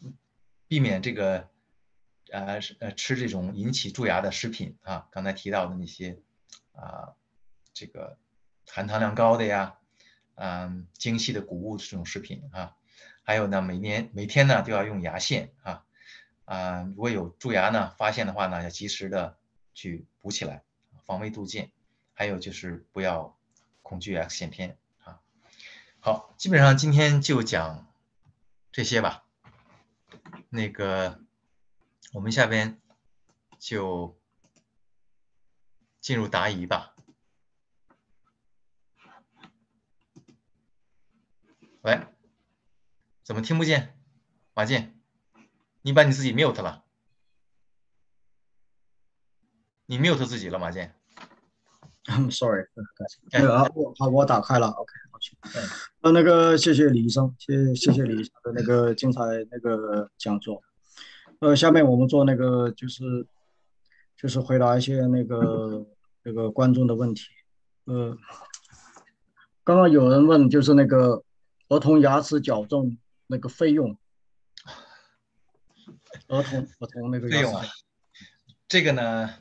吃这种引起蛀牙的食品刚才提到的那些这个含糖量高的呀精细的谷物这种食品还有呢每天呢都要用牙线如果有蛀牙呢发现的话呢要及时的去补起来，防微杜渐。还有就是不要恐惧 X 线片好，基本上今天就讲这些吧。那个我们下边就进入答疑吧。喂，怎么听不见？马健，你把你自己 mute 了，你 mute 自己了，马健。 Sorry，好，我打开了 ，OK， 好，那个谢谢李医生，谢谢李医生的那个精彩那个讲座。下面我们做那个就是回答一些那个观众的问题。刚刚有人问就是那个儿童牙齿矫正那个费用，儿童那个费用这个呢，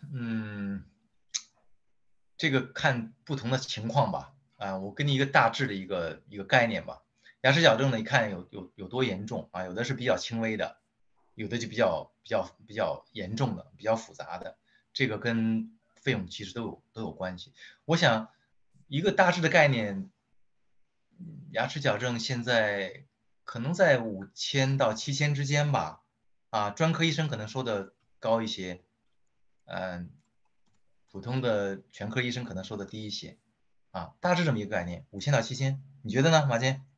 这个看不同的情况吧我给你一个大致的一个概念吧。牙齿矫正呢，你看有多严重有的是比较轻微的，有的就比较严重的，比较复杂的，这个跟费用其实都有关系。我想一个大致的概念， 牙齿矫正现在可能在5000到7000之间吧，专科医生可能收的高一些，普通的全科医生可能收的低一些，大致这么一个概念，5000到7000，你觉得呢，马健？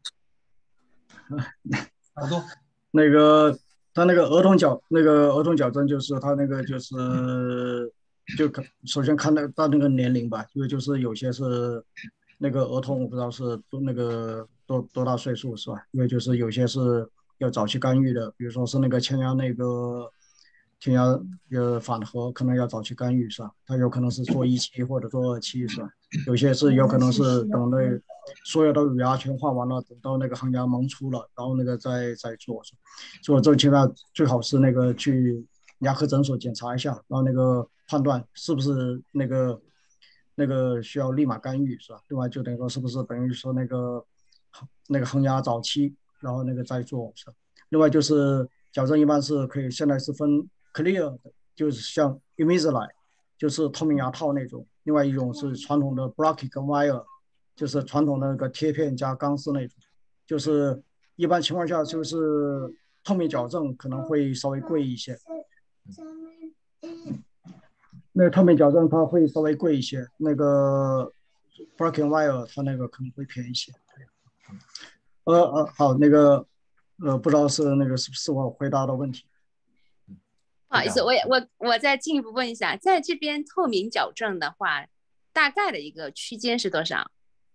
差不多。 那个他那个儿童矫正就是他那个就是首先看到那个年龄吧，因为就是有些是那个儿童，我不知道是多大岁数是吧？因为就是有些是要早期干预的，比如说是那个前牙反颌，可能要早期干预是吧？它有可能是做1期或者做2期是吧？有些是有可能是等所有的乳牙全换完了，等到那个恒牙萌出了，然后那个再做。所以这个情况最好是那个去牙科诊所检查一下，然后那个判断是不是那个需要立马干预是吧？另外就等于说是不是等于说那个恒牙早期，然后那个再做是吧？另外就是矫正一般是可以现在是分 clear 的，就是像 Invisalign 就是透明牙套那种，另外一种是传统的 Bracket 跟 Wire， 就是传统的那个贴片加钢丝那种，就是一般情况下就是透明矫正可能会稍微贵一些。那个透明矫正它会稍微贵一些，那个 Bracket Wire 它那个可能会便宜一些。好，那个不知道是那个是我回答的问题。 不好意思，我再进一步问一下，在这边透明矫正的话，大概的一个区间是多少？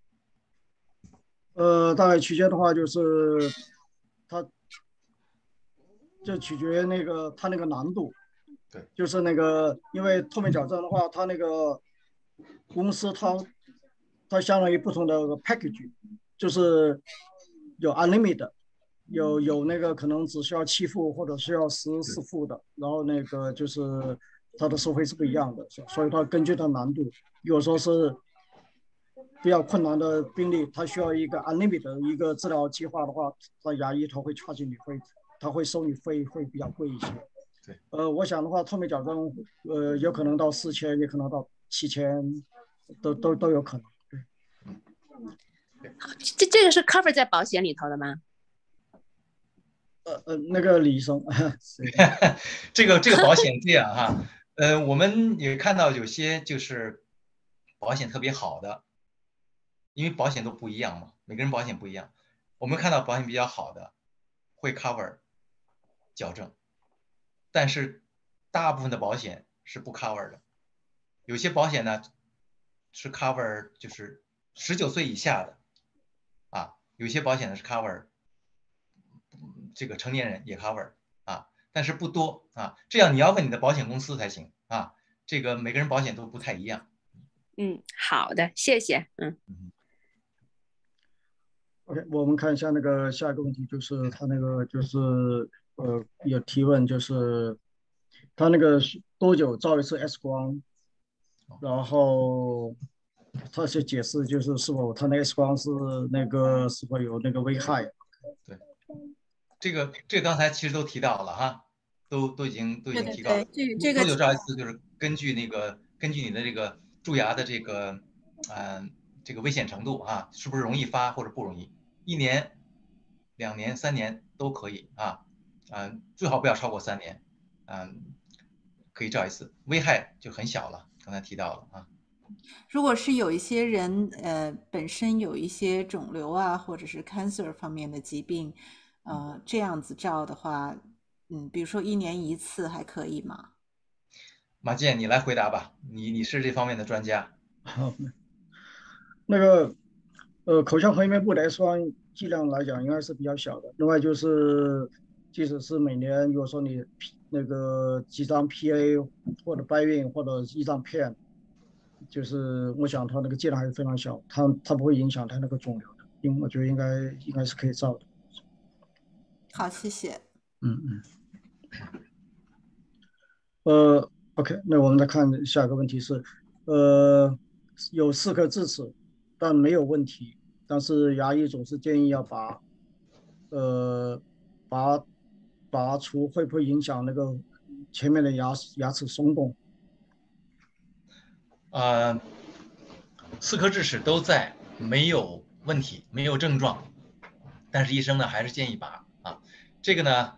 大概区间的话就是它就取决于它那个难度。 对， 就是那个因为透明矫正的话，它那个公司它相当于不同的 package， 就是有 unlimited。有那个可能只需要7副或者需要14副的，然后那个就是它的收费是不一样的，所以它根据它难度，有时候是比较困难的病例，它需要一个 unlimited 的一个治疗计划的话，它牙医他会 charge 你他会收你费会比较贵一些。 对， 我想的话，透明矫正有可能到4000，也可能到7000，都有可能。 对，这个是 cover 在保险里头的吗？ 那个李医生， 这个保险这样哈，我们也看到有些就是保险特别好的，因为保险都不一样嘛，每个人保险不一样。我们看到保险比较好的会 cover 矫正，但是大部分的保险是不 cover 的。有些保险呢是 cover 就是19岁以下的，有些保险呢是 cover。这个成年人也 cover 但是不多这样你要问你的保险公司才行这个每个人保险都不太一样。 好的，谢谢。 OK， 我们看一下那个下一个问题，就是他那个就是有提问，就是他那个多久照一次 X 光，然后他是解释就是是否他那 X 光是否有那个危害。 对。这个刚才其实都提到了都已经提到了。 这个多久照一次就是根据你的这个蛀牙的这个危险程度是不是容易发或者不容易，1年、2年、3年都可以最好不要超过3年可以照一次，危害就很小了。刚才提到了如果是有一些人本身有一些肿瘤或者是 cancer 方面的疾病。这样子照的话，比如说1年1次还可以吗？ 马健，你来回答吧，你是这方面的专家。 好，那个口腔颌面部的 X 光剂量来讲应该是比较小的。另外就是，即使是每年，如果说你那个几张 PA 或者掰运或者1张片，就是我想它那个剂量还是非常小，它不会影响它那个肿瘤的，我觉得应该是可以照的。 好，谢谢。 OK， 那我们再看下一个问题是，有4颗智齿，但没有问题，但是牙医总是建议要拔除，会不会影响那个前面的牙齿松动 ？4颗智齿都在，没有问题，没有症状，但是医生呢还是建议拔啊。这个呢，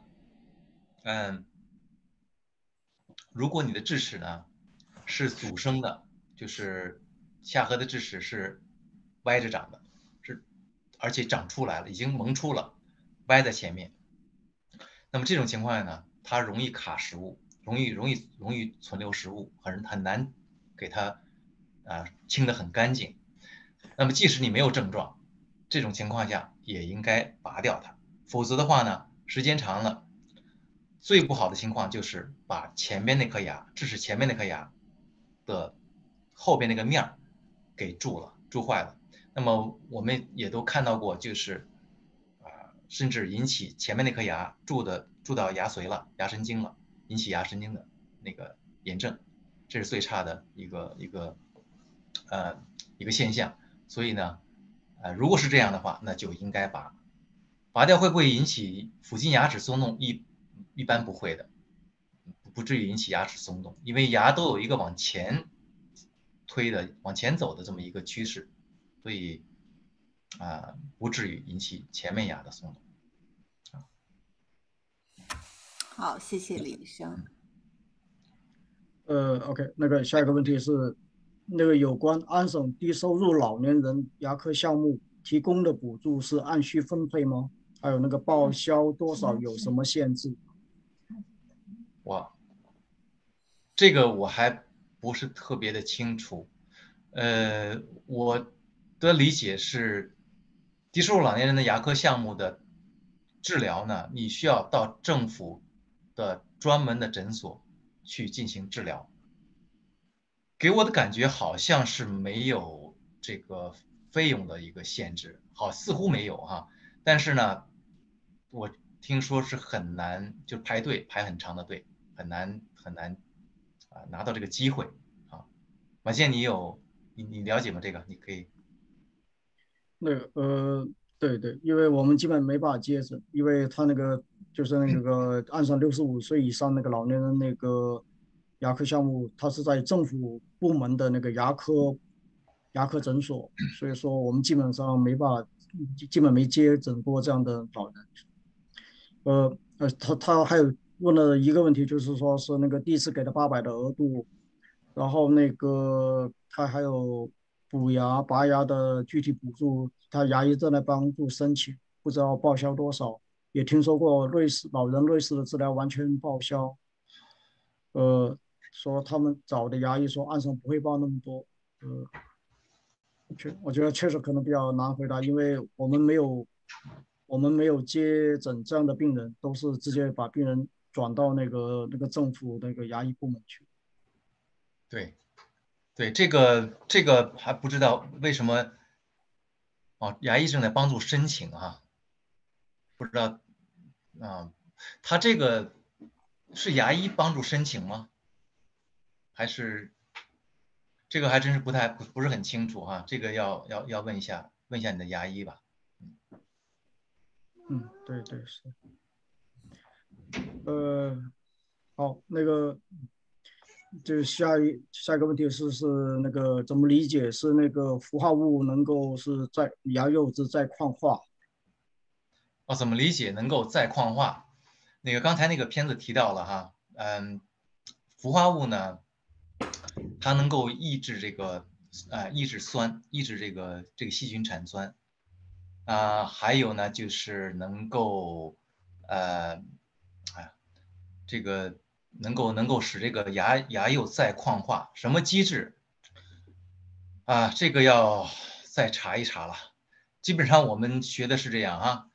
如果你的智齿呢是阻生的，就是下颌的智齿是歪着长的，而且长出来了，已经萌出了，歪在前面。那么这种情况下呢，它容易卡食物，容易存留食物，很难给它清得很干净。那么即使你没有症状，这种情况下也应该拔掉它，否则的话呢，时间长了，最不好的情况就是把前边那颗牙，智齿前面那颗牙的后边那个面儿给蛀坏了。那么我们也都看到过，就是甚至引起前面那颗牙蛀到牙髓了、牙神经了，引起牙神经的那个炎症，这是最差的一个现象。所以呢，如果是这样的话，那就应该拔掉。会不会引起附近牙齿松动？一般不会的，不至于引起牙齿松动，因为牙都有一个往前推的、往前走的这么一个趋势，所以不至于引起前面牙的松动。 好，谢谢李医生。 OK， 那个下一个问题是，那个有关安省低收入老年人牙科项目提供的补助是按需分配吗？还有那个报销多少有什么限制？ 哇，这个我还不是特别的清楚。我的理解是，低收入老年人的牙科项目的治疗呢，你需要到政府的专门的诊所去进行治疗。给我的感觉好像是没有这个费用的一个限制，似乎没有哈。但是呢，我听说是很难，就排队排很长的队，很难拿到这个机会啊。马健，你了解吗？这个你可以。 那个对对，因为我们基本没办法接诊，因为他那个就是那个按上65岁以上那个老年人那个牙科项目，它是在政府部门的那个牙科诊所，所以说我们基本上没办法，基本没接诊过这样的老人。他还有问了一个问题，就是说是那个第一次给了800的额度，然后那个他还有补牙、拔牙的具体补助，他牙医正在帮助申请，不知道报销多少。也听说过瑞士的治疗完全报销，说他们找的牙医说按上不会报那么多，我觉得确实可能比较难回答，因为我们没有接诊这样的病人，都是直接把病人转到那个政府那个牙医部门去。 对，这个还不知道为什么牙医正在帮助申请啊，不知道他这个是牙医帮助申请吗？还是这个还真是不是很清楚哈，这个要问一下你的牙医吧。 对对是。好，那个就下一个问题是那个怎么理解是那个氟化物能够是在牙釉质再矿化？ 怎么理解能够再矿化？那个刚才那个片子提到了哈，氟化物呢，它能够抑制抑制酸，抑制这个细菌产酸，还有呢就是能够这个能够使这个牙釉再矿化，什么机制这个要再查一查了。基本上我们学的是这样啊，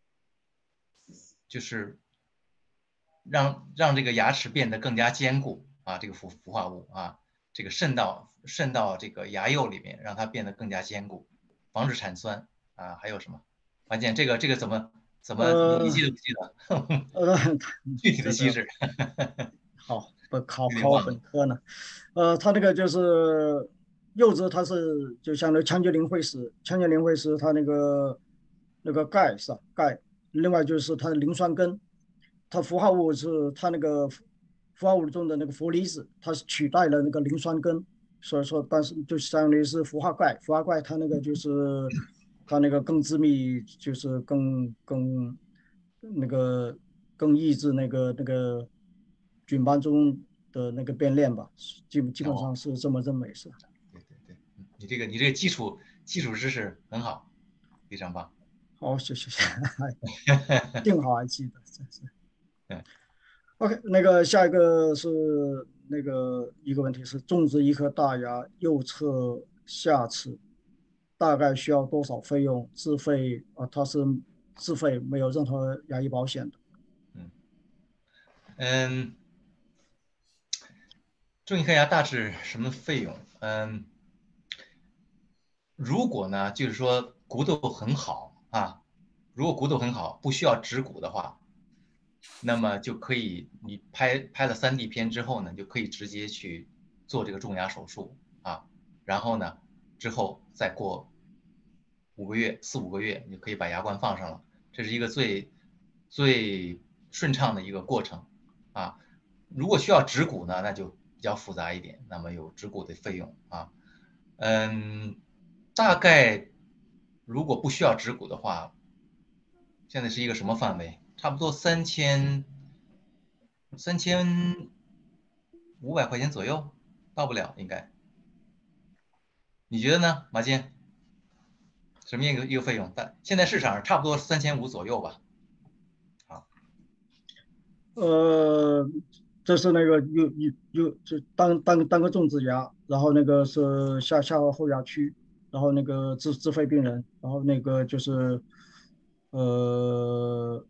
就是让这个牙齿变得更加坚固这个氟化物这个渗到这个牙釉里面，让它变得更加坚固，防止产酸还有什么？关键这个怎么你记得不记得？具体的机制。 好，考我本科呢。它那个就是柚子，它是就相当于羟基磷会石，它那个钙是吧？钙，另外就是它的磷酸根，它氟化物是它那个氟化物中的那个氟离子，它是取代了那个磷酸根，所以说但是就相当于是氟化钙它那个就是它那个更致密，就是更那个更抑制那个菌斑中的那个变链吧，基本上是这么认为是。 对对对，你这个基础知识很好，非常棒。 好，谢谢，幸好还记得，真是。 嗯 OK，那个下一个是那个一个问题是，种植一颗大牙右侧下齿大概需要多少费用？自费啊，它是自费，没有任何牙医保险的。 嗯，种一颗牙大致什么费用？如果呢，就是说骨头很好啊，如果骨头很好，不需要植骨的话，那么就可以，你拍了3D 片之后呢，就可以直接去做这个种牙手术啊，然后呢，之后再过4、5个月，你就可以把牙冠放上了，这是一个最顺畅的一个过程啊。如果需要植骨呢，那就比较复杂一点，那么有植骨的费用啊。大概如果不需要植骨的话，现在是一个什么范围？差不多3500块钱左右，到不了应该。你觉得呢，马坚？什么一个费用？但现在市场上差不多3500左右吧。 这是那个就当个种植牙，然后那个是下后牙区，然后那个自费病人，然后那个就是呃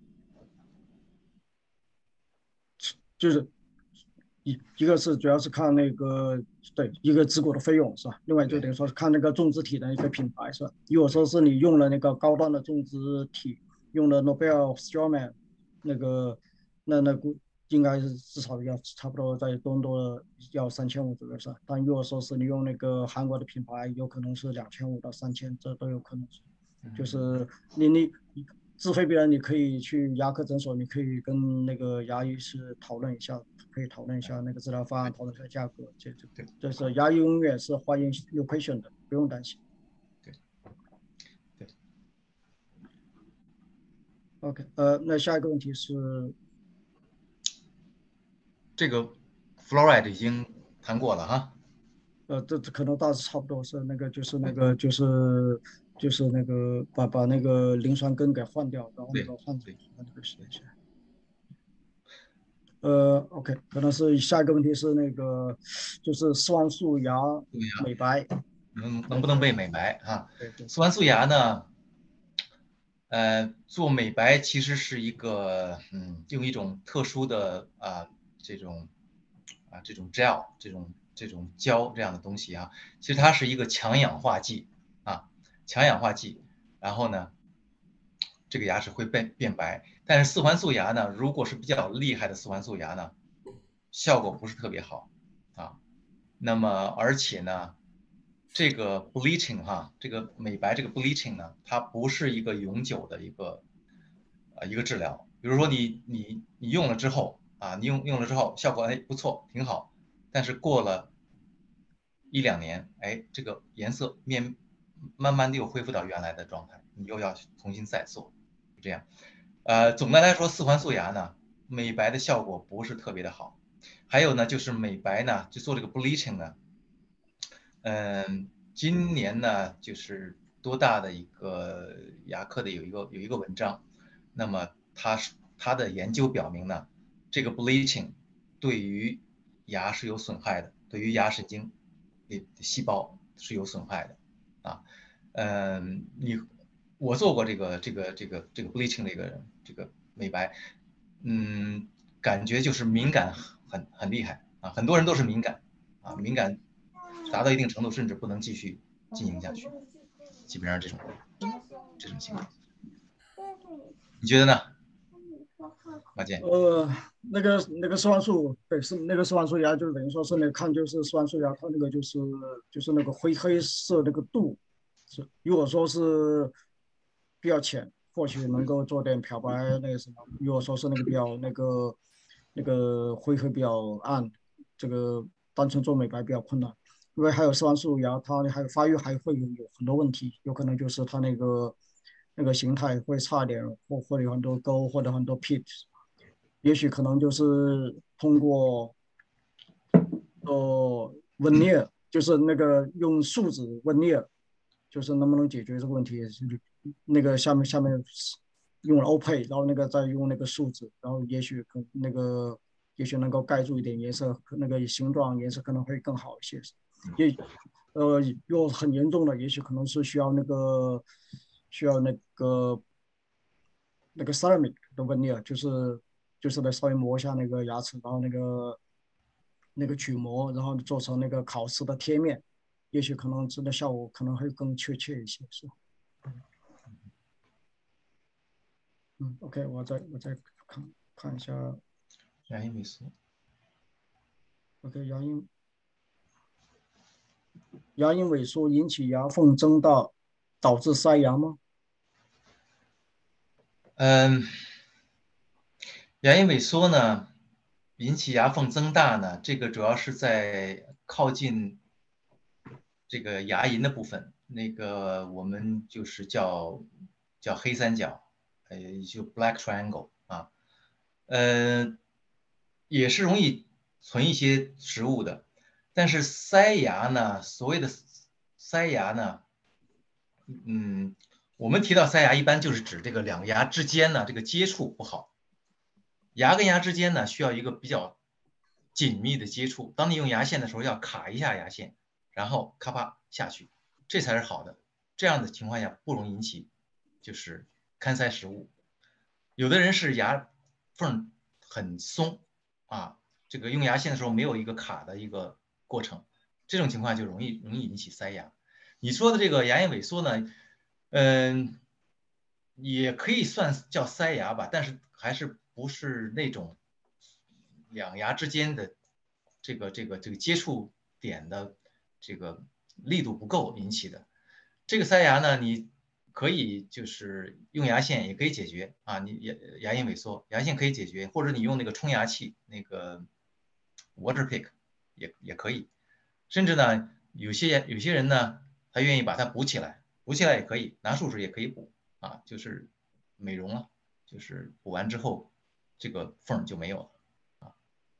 就是一个是主要是看那个对一个植骨的费用是吧？另外就等于说是看那个种植体的一个品牌是吧？如果说是你用了那个高端的种植体，用了 Nobel Straumann 那个那应该是至少要差不多在多伦多要3500左右是吧？但如果说是你用那个韩国的品牌，有可能是2500到3000，这都有可能是。就是你自费病人，你可以去牙科诊所，你可以跟那个牙医师讨论一下，可以讨论一下那个治疗方案，讨论一下价格。这是牙医永远是欢迎有 patient 的，不用担心。 对。 OK，那下一个问题是， 这个 fluoride 已经谈过了哈。 这可能大致差不多是那个就是那个把那个磷酸根给换掉，然后那个换成那个是。OK，可能是下一个问题是那个，就是丝环素牙美白， 能不能被美白啊？ 对。 丝环素牙呢，做美白其实是一个，用一种特殊的这种gel 这种胶这样的东西啊，其实它是一个强氧化剂啊，强氧化剂，然后呢，这个牙齿会变白。但是四环素牙呢，如果是比较厉害的四环素牙呢，效果不是特别好啊。那么而且呢，这个 bleaching 这个美白这个 bleaching 呢，它不是一个永久的一个治疗。比如说你用了之后你用了之后效果不错，挺好，但是过了1、2年，这个颜色慢慢的又恢复到原来的状态，你又要重新再做，这样。总的来说，四环素牙呢，美白的效果不是特别的好。还有呢，就是美白呢，就做这个 bleaching 呢，今年呢，就是多大的一个牙科的有一个文章，那么他的研究表明呢，这个 bleaching 对于牙是有损害的，对于牙神经的细胞是有损害的啊。我做过这个 bleaching 的这个美白，感觉就是敏感很厉害啊，很多人都是敏感敏感达到一定程度，甚至不能继续进行下去，基本上这种情况，你觉得呢，马健？ 那个丝环素，对，是那个丝环素牙，就等于说是那看就是丝环素牙，它那个就是那个灰黑色那个度，如果说是比较浅，或许能够做点漂白那个什么；如果说是那个比较那个灰黑比较暗，这个单纯做美白比较困难。 因为还有视网束牙，它还有发育还会有很多问题，有可能就是它那个形态会差点，或者有很多沟或者很多 pit，也许可能就是通过veneer，就是那个用树脂 veneer，就是能不能解决这个问题？就是那个下面用了欧佩，然后那个再用那个树脂，然后也许能够盖住一点颜色，那个形状颜色可能会更好一些。也如果很严重的，也许可能是需要那个 ceramic 的 veneer，就是来稍微磨一下那个牙齿，然后那个曲膜，然后做成那个烤瓷的贴面，也许可能真的效果可能会更确切一些，是吧？OK，我再看一下牙龈萎缩。 ，OK，牙龈萎缩引起牙缝增大，导致塞牙吗？ 牙龈萎缩呢，引起牙缝增大呢，这个主要是在靠近这个牙龈的部分，那个我们就是叫黑三角，就 black triangle 啊，也是容易存一些食物的，但是塞牙呢，所谓的塞牙呢，我们提到塞牙一般就是指这个两个牙之间呢，这个接触不好。牙跟牙之间呢，需要一个比较紧密的接触。当你用牙线的时候，要卡一下牙线，然后咔啪下去，这才是好的。这样的情况下不容易引起就是堪塞食物。有的人是牙缝很松啊，这个用牙线的时候没有一个卡的一个过程，这种情况就容易引起塞牙。你说的这个牙龈萎缩呢，也可以算叫塞牙吧，但是还是不是那种两牙之间的这个接触点的这个力度不够引起的。这个塞牙呢，你可以就是用牙线也可以解决啊，你牙龈萎缩，牙线可以解决，或者你用那个冲牙器那个 water pick 也可以，甚至呢有些人呢，他愿意把它补起来，补起来也可以，拿树脂也可以补。啊，就是美容了，就是补完之后，这个缝就没有了啊。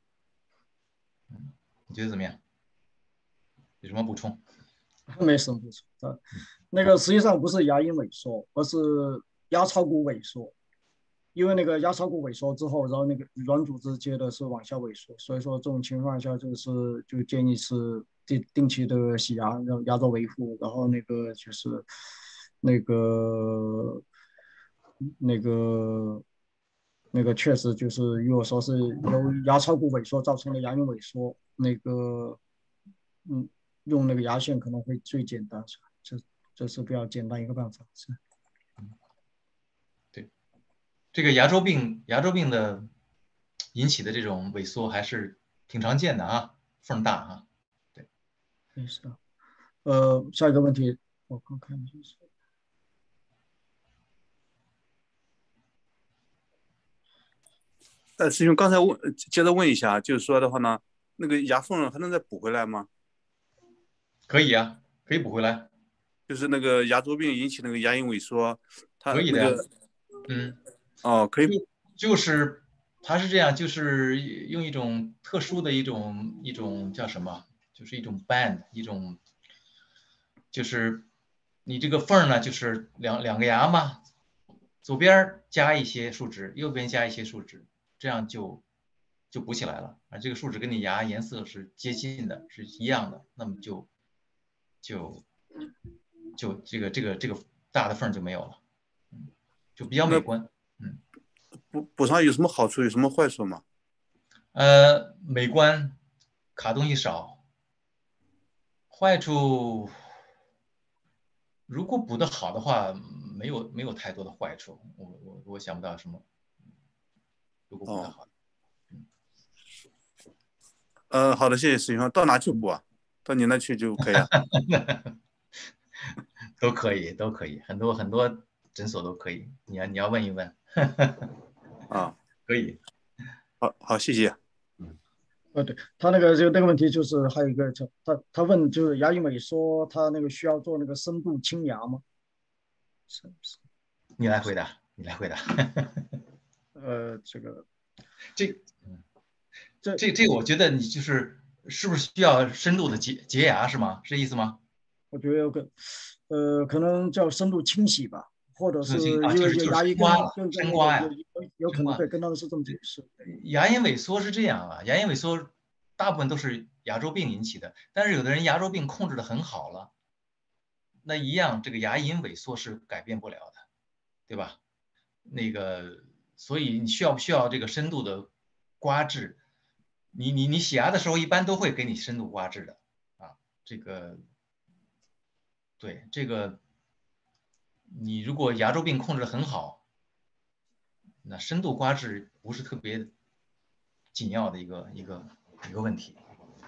你觉得怎么样？有什么补充？ 没什么不错啊。那个实际上不是牙龈萎缩，而是牙槽骨萎缩。因为那个牙槽骨萎缩之后，然后那个软组织接的是往下萎缩，所以说这种情况下就建议是定期的洗牙，然后牙周维护，然后那个就是那个那个那个确实就是如果说是由牙槽骨萎缩造成的牙龈萎缩，嗯用那个牙线可能会最简单，这是比较简单一个办法，是。 对，这个牙周病的引起的这种萎缩还是挺常见的啊，缝大啊。对， 没事啊。下一个问题，我看看就是。 师兄刚才接着问一下，就是说的话呢，那个牙缝还能再补回来吗？ 可以啊，可以补回来。 就是那个牙周病引起那个牙龈萎缩，它可以的呀。 那个可以就是它是这样，就是用一种特殊的一种叫什么，就是一种 band，一种就是你这个缝呢，就是两个牙嘛，左边加一些树脂，右边加一些树脂，这样就补起来了。而这个树脂跟你牙颜色是接近的，是一样的，那么就这个大的缝就没有了，就比较美观。 补上有什么好处，有什么坏处吗？ 美观，卡东西少。坏处，如果补得好的话，没有太多的坏处。我想不到什么。如果补得好。 好的，谢谢师兄。到哪去补啊？到你那去就可以啊。 都可以，很多诊所都可以。你要问一问。 啊， 可以。 好，谢谢。 对，他那个这个问题就是还有一个，他问就是牙龈萎缩，他那个需要做那个深度清牙吗？是你来回答，你来回答。 这个这这我觉得你是不是需要深度的洁牙是吗？是这意思吗？ 我觉得可能叫深度清洗吧，或者是因为就是牙医深刮了， 跟那个深刮呀， 有可能深刮。 对跟他们是这么解释。 牙龈萎缩是这样啊，牙龈萎缩大部分都是牙周病引起的，但是有的人牙周病控制的很好了，那一样这个牙龈萎缩是改变不了的，对吧？那个，所以你需不需要这个深度的刮治？你洗牙的时候一般都会给你深度刮治的啊，这个对这个，你如果牙周病控制的很好，那深度刮治不是特别紧要的一个问题。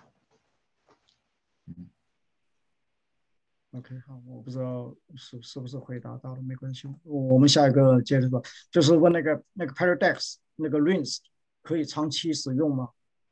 OK， 好，我不知道是不是回答到了，没关系，我们下一个接着说，就是问那个 Paradex 那个 Rinse 可以长期使用吗？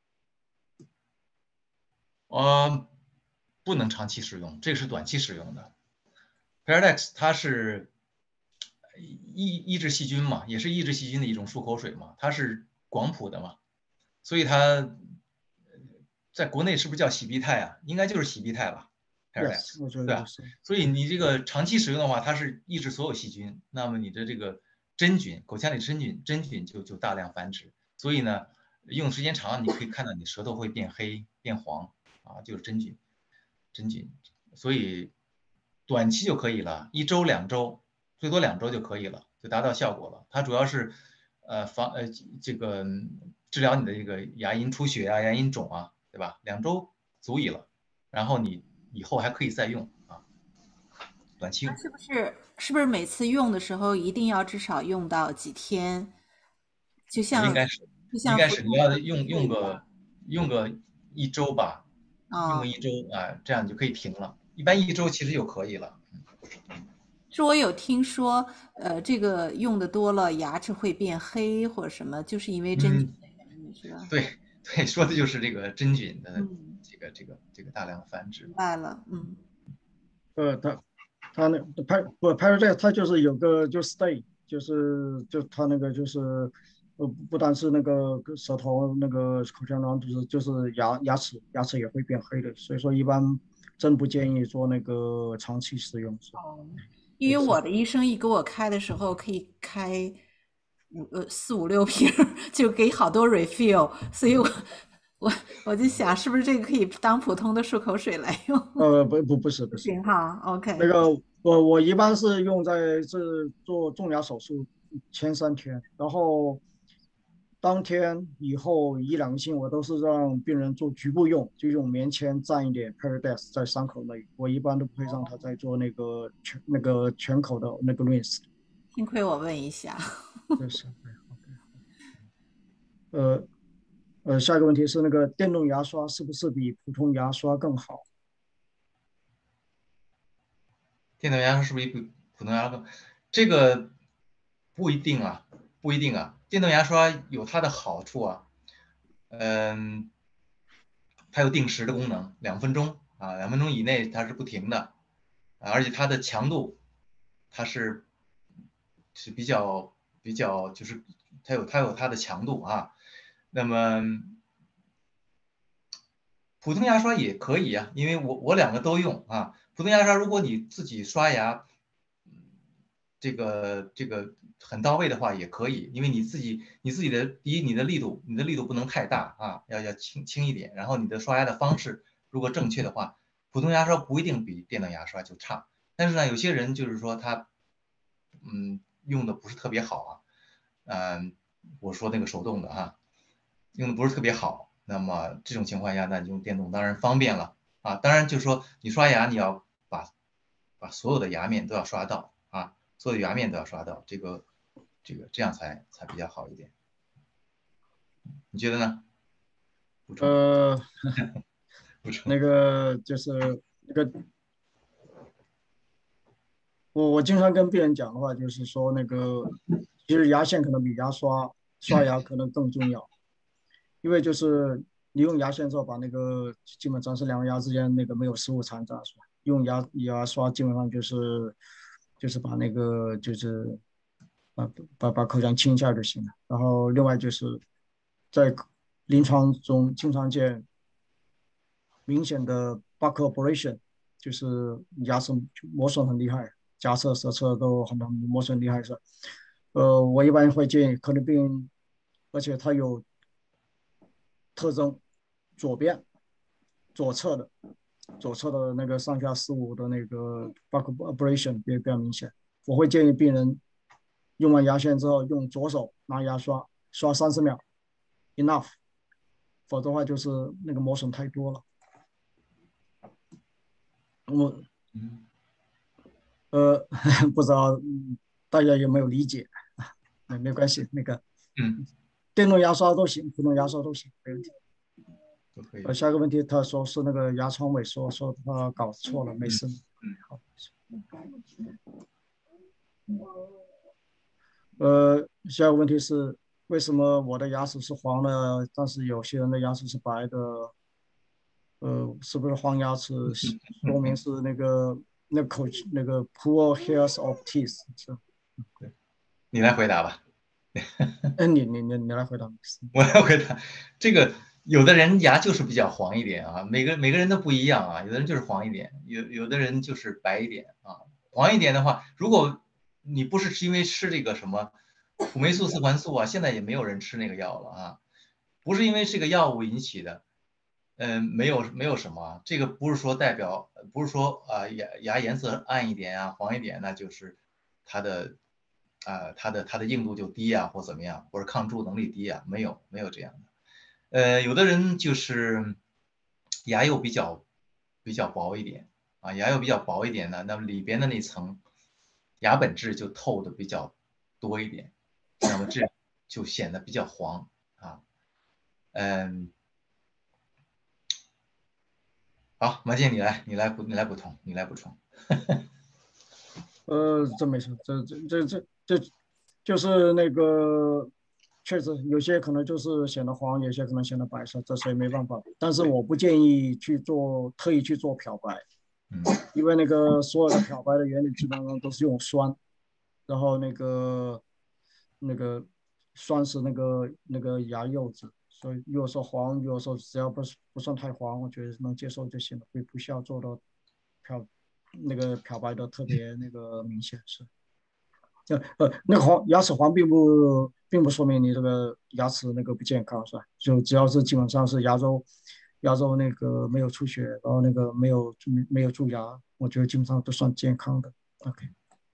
不能长期使用，这个是短期使用的。Paradex 它是抑制细菌嘛，也是抑制细菌的一种漱口水嘛，它是广谱的嘛，所以它在国内是不是叫洗必泰啊？应该就是洗必泰吧 ？Yes， 我觉对吧？ 得是。 所以你这个长期使用的话，它是抑制所有细菌，那么你的这个真菌，口腔里真菌就大量繁殖，所以呢，用时间长，你可以看到你舌头会变黑变黄啊，就是真菌。所以短期就可以了，1周2周，最多2周就可以了，就达到效果了。它主要是这个治疗你的这个牙龈出血啊、牙龈肿啊，对吧？2周足矣了，然后你以后还可以再用啊，短期用。 是不是每次用的时候一定要至少用到几天？就像应该是你要用个1周吧，用个1周啊，这样你就可以停了。一般1周其实就可以了。 是我有听说，这个用的多了牙齿会变黑或者什么，就是因为真菌的原因，是吧？ 对，说的就是这个真菌的这个大量的繁殖。 明白了， 他那 Paradex 它就是有个就 stay，他那个就是不单是那个舌头那个口腔，然后就是牙齿也会变黑的，所以说一般真不建议做那个长期使用。 因为我的医生一给我开的时候可以开4、5、6瓶，就给好多 refill，所以我就想是不是这个可以当普通的漱口水来用？ 不是行哈 ，OK。 那个我一般是用在做种牙手术前3天，然后当天以后1、2个星期我都是让病人做局部用，就用棉签蘸一点 Paradex 在伤口内，我一般都不会让他再做那个全口的那个 rinse。 幸亏我问一下。 就是，下一个问题是那个电动牙刷是不是比普通牙刷更好？ 电动牙刷是不是比普通牙刷更？这个不一定啊，不一定啊。电动牙刷有它的好处啊，它有定时的功能，2分钟啊，2分钟以内它是不停的，而且它的强度，它是比较就是它有它的强度啊。那么普通牙刷也可以啊，因为我2个都用啊。普通牙刷如果你自己刷牙，这个很到位的话也可以，因为你自己的第一你的力度不能太大啊，要轻一点，然后你的刷牙的方式如果正确的话，普通牙刷不一定比电动牙刷就差。但是呢，有些人就是说他用的不是特别好啊，我说那个手动的哈，用的不是特别好，那么这种情况下，那你用电动当然方便了啊。当然就是说你刷牙你要把所有的牙面都要刷到啊。所有的牙面都要刷到，这样才比较好一点，你觉得呢？ 那个就是那个，我经常跟病人讲的话就是说，那个其实牙线可能比刷牙可能更重要，因为就是你用牙线之后把那个基本上是两个牙之间那个没有食物残渣是吧？用牙刷基本上就是把那个就是把口腔清一下就行了。然后另外就是在临床中经常见明显的 buccal abrasion，就是牙齿磨损很厉害，颊侧、舌侧都很磨损厉害是吧。我一般会建议可能病，而且它有特征，左侧的左侧的那个上下四五的那个 buccal abrasion 比较明显。我会建议病人用完牙线之后，用左手拿牙刷刷30秒 enough，否则的话就是那个磨损太多了。我不知道大家有没有理解？没关系，那个电动牙刷都行，普通牙刷都行，没问题。 都可以。 下一个问题，他说是那个牙床萎缩，说他搞错了，没事。好。下一个问题是为什么我的牙齿是黄的，但是有些人的牙齿是白的？是不是黄牙齿说明是那个poor health of teeth？ 是。 你来回答吧。 你来回答。 我来回答这个。有的人牙就是比较黄一点啊，每个人都不一样啊，有的人就是黄一点，有的人就是白一点啊。黄一点的话，如果你不是因为吃这个什么辅酶素、四环素啊，现在也没有人吃那个药了啊，不是因为这个药物引起的，没有什么，这个不是说代表，不是说牙颜色暗一点啊，黄一点，那就是它的硬度就低啊，或怎么样，或者抗蛀能力低啊，没有这样的。有的人就是牙釉比较薄一点啊，牙釉比较薄一点呢，那么里边的那层牙本质就透的比较多一点，那么这样就显得比较黄啊。好，马健，你来补充。 这没事，这就是那个，确实有些可能就是显得黄，有些可能显得白色，这谁没办法。但是我不建议特意去做漂白，因为那个所有的漂白的原理基本上都是用酸，然后那个酸是那个牙釉质，所以如果说黄，如果说只要不算太黄，我觉得能接受就行了，不需要做到漂白的特别那个明显是。那个牙齿黄并不说明你这个牙齿那个不健康是吧？就只要是基本上是牙周那个没有出血，然后那个没有蛀牙，我觉得基本上都算健康的。OK。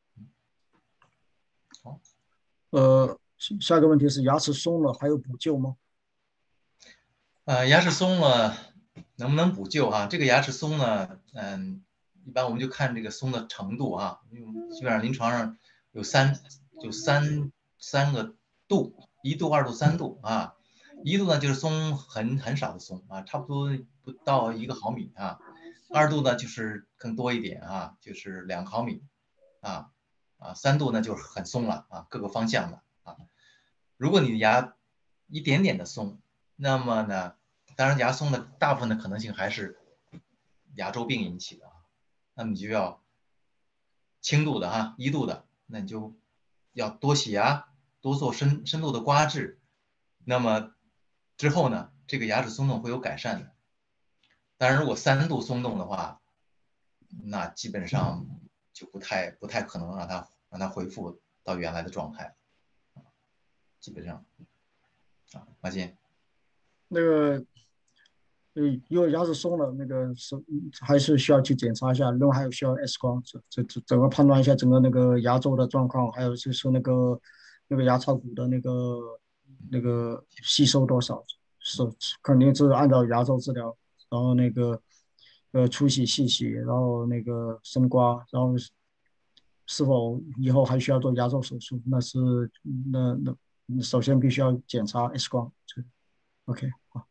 好。 下一个问题是牙齿松了还有补救吗？ 牙齿松了能不能补救啊？这个牙齿松呢，一般我们就看这个松的程度啊，基本上临床上有三个度，1度、2度、3度啊。1度呢就是松很少的松啊，差不多不到1个毫米啊。2度呢就是更多一点啊，就是2毫米啊。3度呢就是很松了啊，各个方向的啊。如果你的牙一点点的松，那么呢，当然牙松的大部分的可能性还是牙周病引起的啊，那么你就要轻度的1度的，那你就要多洗牙，多做深度的刮治，那么之后呢，这个牙齿松动会有改善的。当然，如果3度松动的话，那基本上就不太可能让它恢复到原来的状态，基本上马金。 那个，如果牙齿松了，那个还是需要去检查一下，另外还有需要 X 光，整个判断一下整个那个牙周的状况，还有就是那个牙槽骨的那个吸收多少，肯定是按照牙周治疗，然后那个粗洗细洗，然后那个深刮，然后是否以后还需要做牙周手术，那首先必须要检查 X 光。OK， 好。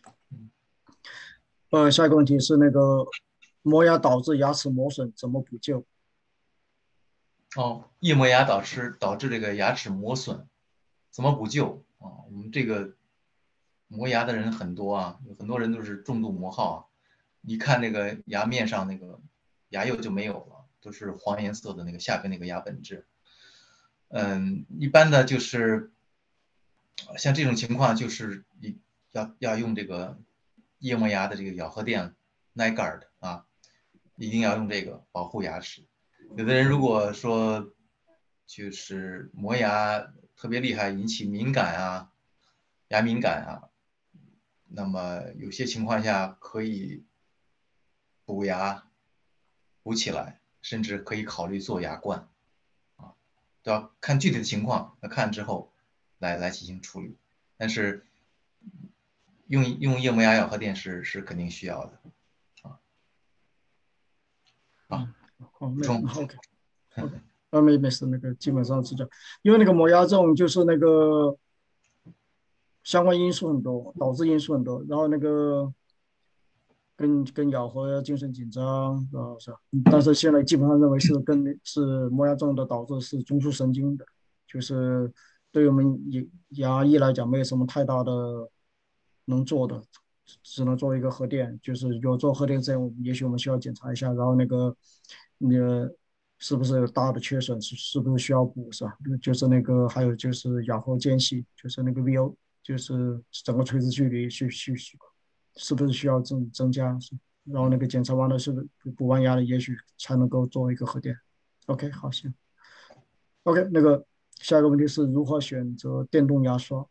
下一个问题是那个磨牙导致牙齿磨损怎么补救？ 夜磨牙导致这个牙齿磨损，怎么补救啊？我们这个磨牙的人很多啊，有很多人都是重度磨耗啊。你看那个牙面上那个牙釉就没有了，都是黄颜色的那个下边那个牙本质。一般的就是像这种情况，就是要用这个液磨牙的这个咬合垫 Nyguard 啊，一定要用这个保护牙齿。有的人如果说就是磨牙特别厉害，引起敏感啊，牙敏感啊，那么有些情况下可以补牙补起来，甚至可以考虑做牙冠啊，都要看具体的情况，要看之后来进行处理。但是用液磨牙咬合垫是肯定需要的啊。 好， 补充。 OK，没事，那个基本上是这样，因为那个磨牙这种就是那个相关因素很多，导致因素很多，然后那个跟咬合、精神紧张，是吧？但是现在基本上认为是磨牙症的导致是中枢神经的，就是对我们牙医来讲没有什么太大的能做的，只能做一个核电，就是有做核电这样，也许我们需要检查一下，然后那个是不是有大的缺损，是不是需要补，是吧？就是那个还有就是咬合间隙，就是那个 VO，就是整个垂直距离是不是需要增加？然后那个检查完了，是不是补完牙了，也许才能够做一个核电。OK，好，行。OK，那个下一个问题是如何选择电动牙刷？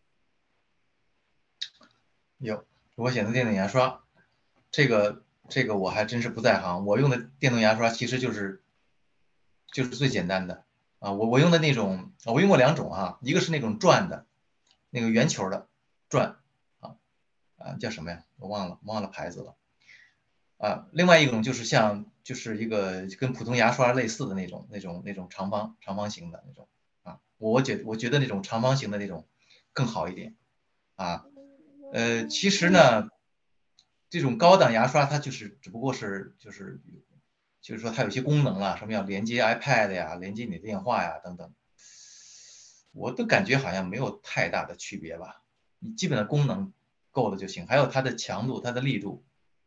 如果选择电动牙刷，这个我还真是不在行。我用的电动牙刷其实就是最简单的啊。我用的那种，我用过2种啊，一个是那种转的，那个圆球的转叫什么呀？我忘了牌子了啊。另外一种就是一个跟普通牙刷类似的那种长方形的那种啊。我觉得那种长方形的那种更好一点啊。其实呢，这种高档牙刷它只不过就是说它有些功能了，什么要连接 iPad 呀，连接你的电话呀等等，我的感觉好像没有太大的区别吧。你基本的功能够了就行，还有它的强度、它的力度。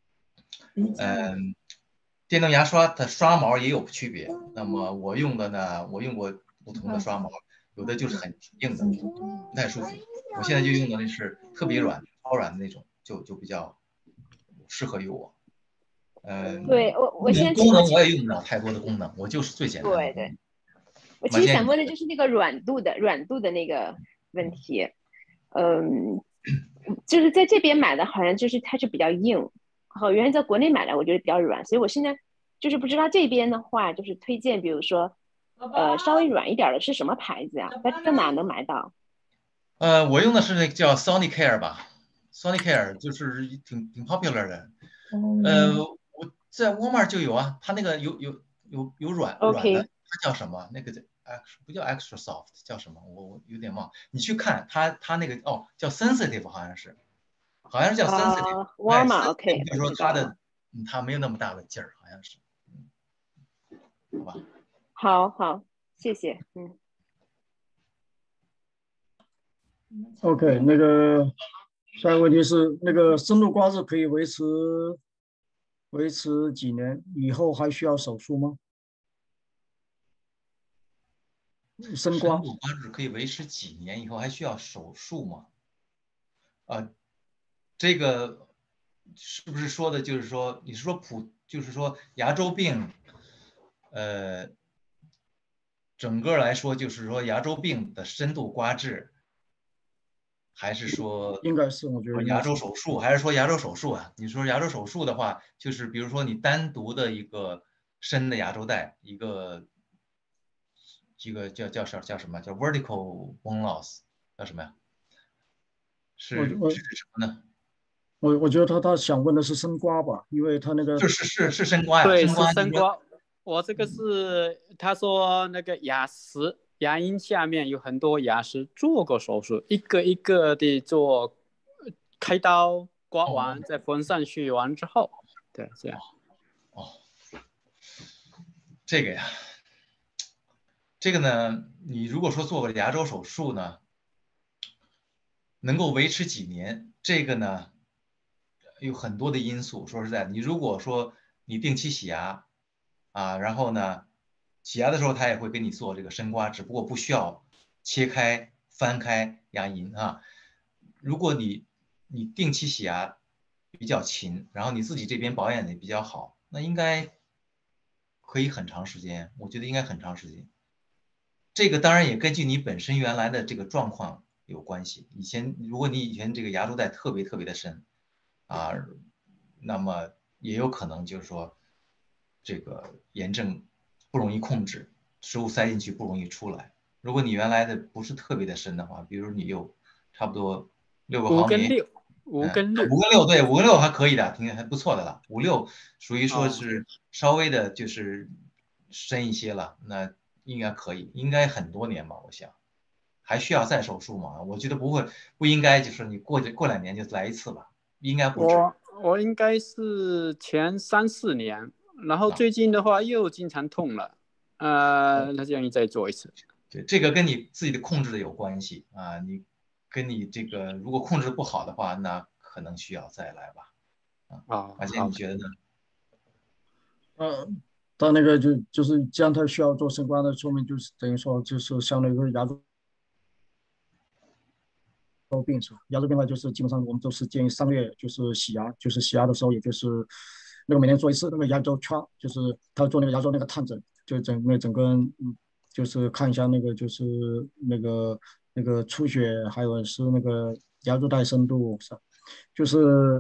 电动牙刷的刷毛也有区别。那么我用过不同的刷毛，有的就是很硬的，不太舒服。我现在就用的那是特别软、超软的那种，就比较适合于我。 对，我现在功能我也用不了太多的功能，我就是最简单的。 对，我其实想问的就是那个软度的那个问题。就是在这边买的好像就是它就比较硬，好，原来在国内买的我觉得比较软，所以我现在就是不知道这边的话就是推荐，比如说稍微软一点的是什么牌子呀？在哪能买到？ 我用的是那个叫 Sonicare 吧，Sonicare 就是挺 popular 的。我在沃尔玛就有啊，它那个有软的， OK， 它叫什么？那个不叫 Extra Soft， 叫什么？我有点忘。你去看它那个叫 Sensitive， 好像是叫 Sensitive。 沃尔玛 OK， 就是说它没有那么大的劲儿，好像是。好吧。 好，谢谢。 OK，那个下一个问题是，那个深度刮治可以维持几年？以后还需要手术吗？深刮度刮治可以维持几年？以后还需要手术吗？这个是不是说的就是说，你是说就是说牙周病，整个来说就是说牙周病的深度刮治，还是说应该是，我觉得应该牙是周手术，还是说牙周手术啊？你说牙周手术的话，就是比如说你单独的一个深的牙周带，一个叫什么？叫 vertical bone loss， 叫什么呀？是指什么呢？ 我觉得他想问的是深刮吧，因为他那个是深刮呀， 对， 深刮是深刮。我这个是他说那个牙龈下面有很多牙石做过手术，一个一个的做，开刀刮完再缝上去完之后，对，这样。 这个呀，这个呢，你如果说做个牙周手术呢， 能够维持几年，这个呢有很多的因素。说实在的，你如果说你定期洗牙啊，然后呢洗牙的时候他也会给你做这个深刮，只不过不需要切开翻开牙龈啊。如果你定期洗牙比较勤，然后你自己这边保养的也比较好，那应该可以很长时间，我觉得应该很长时间。这个当然也根据你本身原来的这个状况有关系。如果你以前这个牙周袋特别特别的深啊，那么也有可能就是说这个炎症不容易控制，食物塞进去不容易出来。如果你原来的不是特别的深的话，比如你有差不多6个毫米， 五跟六，五跟六， 5跟6，对，5跟6还可以的，挺还不错的了。5、6属于说哦， 是稍微的就是深一些了，那应该可以，应该很多年吧，我想。还需要再手术吗？我觉得不应该，就是你过2年就来一次吧，应该不止。 我应该是前3、4年，然后最近的话又经常痛了，那建议再做一次。 对，这个跟你自己的控制的有关系啊，跟你这个如果控制不好的话，那可能需要再来吧。马姐， 好， 你觉得呢？ 他那个就是这样，他需要做深刮的，说明就是等于说就是相当于一个牙周病是吧？牙周病的话，就是基本上我们都是建议3个月就是洗牙，就是洗牙的时候，也就是那个每年做一次那个牙周圈，就是他做那个牙周那个探诊，就整个就是看一下那个就是那个出血，还有是那个牙周袋深度是吧？就是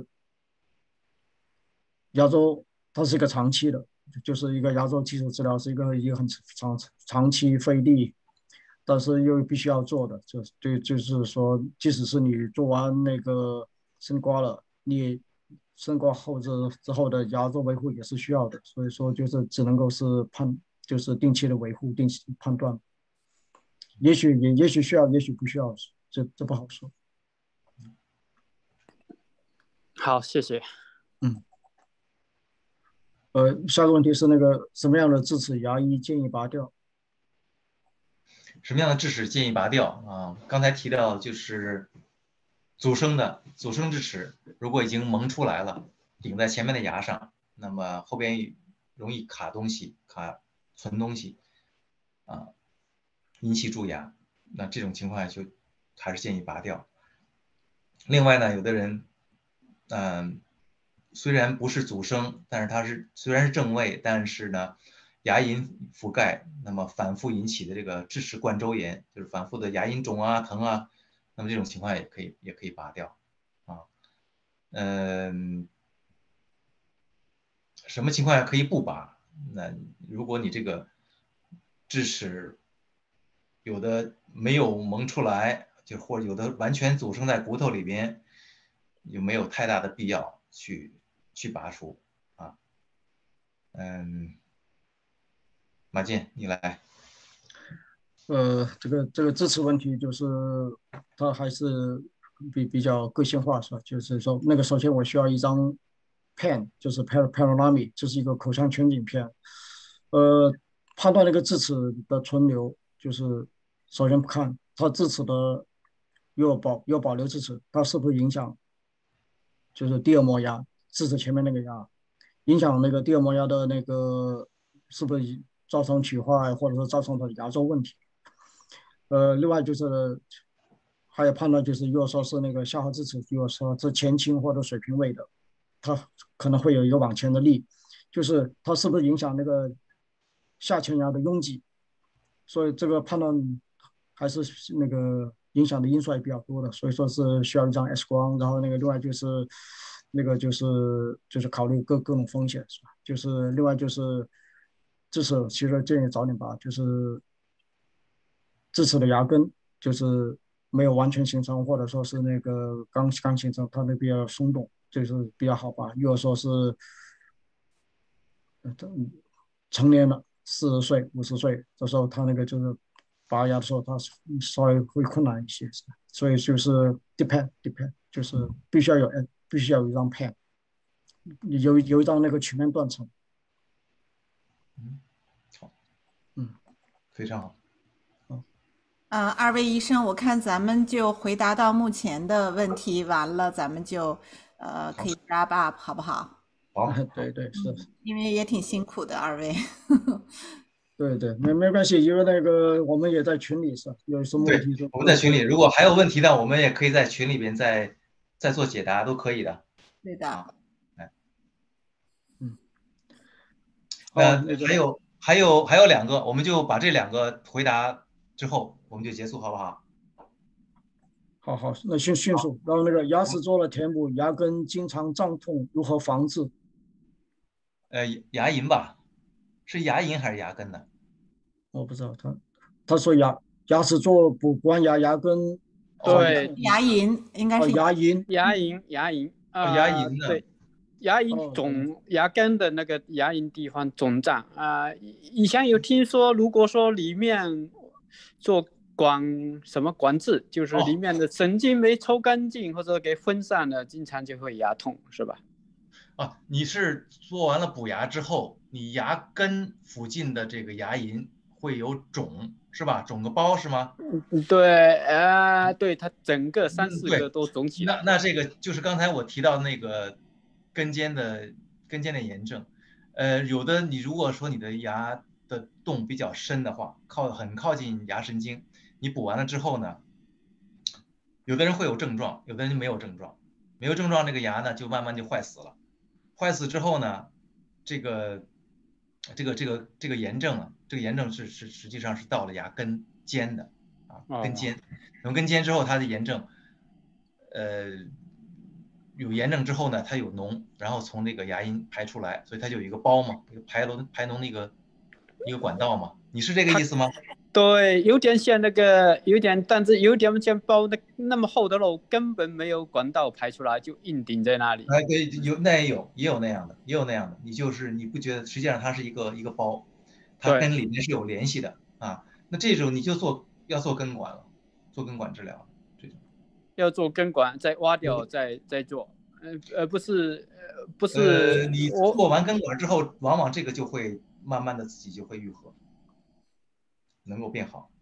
牙周它是一个长期的，就是一个牙周基础治疗是一个很长期费力，但是又必须要做的，就是说，即使是你做完那个深刮了，你深刮后之后的牙周维护也是需要的，所以说就是只能够是就是定期的维护，定期判断，也许需要，也许不需要，这不好说。 好，谢谢。 嗯。下个问题是那个什么样的智齿牙医建议拔掉？ 什么样的智齿建议拔掉啊？刚才提到就是阻生智齿，如果已经萌出来了，顶在前面的牙上，那么后边容易卡东西、存东西啊，引起蛀牙，那这种情况下就还是建议拔掉。另外呢，有的人，虽然不是阻生，但是虽然是正位，但是呢，牙龈覆盖，那么反复引起的这个智齿冠周炎，就是反复的牙龈肿啊、疼啊，那么这种情况也可以拔掉啊。什么情况下可以不拔？那如果你这个智齿有的没有萌出来，或者有的完全阻生在骨头里边，就没有太大的必要去拔除啊。马健，你来。 这个智齿问题就是它还是比较个性化是吧？就是说那个首先我需要一张 pen，就是 panoramic，这是一个口腔全景片。呃，判断那个智齿的存留，就是首先看它智齿的有保留智齿，它是不是影响就是第二磨牙智齿前面那个牙，影响那个第二磨牙的那个是不是造成龋坏，或者说造成的牙周问题。另外就是还有判断，就是如果说是那个下颌智齿，如果说是前倾或者水平位的，它可能会有一个往前的力，就是它是不是影响那个下前牙的拥挤，所以这个判断还是那个影响的因素也比较多的，所以说是需要一张 X 光，然后那个另外就是那个就是考虑各种风险是吧？就是另外就是智齿其实建议早点拔，就是智齿的牙根就是没有完全形成，或者说是那个刚形成，它那比较松动，就是比较好拔。如果说是成年了40岁、50岁，这时候他那个就是拔牙的时候，他稍微会困难一些，所以就是 depend，就是必须要有一张 pen，有一张那个曲面断层。 好， 嗯， 非常好。 好， 二位医生，我看咱们就回答到目前的问题，完了咱们就可以 wrap up 好不好？ 好， 对对是， 因为也挺辛苦的二位。 对对，没关系，因为那个我们也在群里是，有什么问题就我们在群里，如果还有问题呢，我们也可以在群里边再做解答，都可以的。 对的。 还有2个，我们就把这2个回答之后，我们就结束，好不好？ 好，那迅速。然后那个牙齿做了填补，牙根经常胀痛，如何防治？ 牙龈吧，是牙龈还是牙根呢？ 我不知道，他说牙齿做补完牙根， 对， 牙龈应该是牙龈牙龈呢？ 对，牙龈肿，牙根的那个牙龈地方肿胀以前有听说，如果说里面做什么管治，就是里面的神经没抽干净或者给分散了，经常就会牙痛，是吧？ 你是做完了补牙之后，你牙根附近的这个牙龈会有肿，是吧？肿个包是吗？ 对，对，它整个3、4个都肿起来。 那这个就是刚才我提到那个根尖的炎症。有的你如果说你的牙的洞比较深的话，很靠近牙神经，你补完了之后呢，有的人会有症状，有的人没有症状。没有症状，那个牙呢就慢慢就坏死了。坏死之后呢，这个炎症啊，这个炎症是实际上是到了牙根尖的根尖。从根尖之后，它的炎症，有炎症之后呢，它有脓，然后从那个牙龈排出来，所以它就有一个包嘛，一个排脓的一个管道嘛。你是这个意思吗？ 对，有点像但是有点像包那么厚的肉，根本没有管道排出来，就硬顶在那里。 对，也有那样的，你不觉得实际上它是一个包，它跟里面是有联系的啊。那这种你就要做根管了，做根管治疗，这种要做根管，再挖掉，再做。不是你做完根管之后，往往这个就会慢慢的自己就会愈合，能够变好。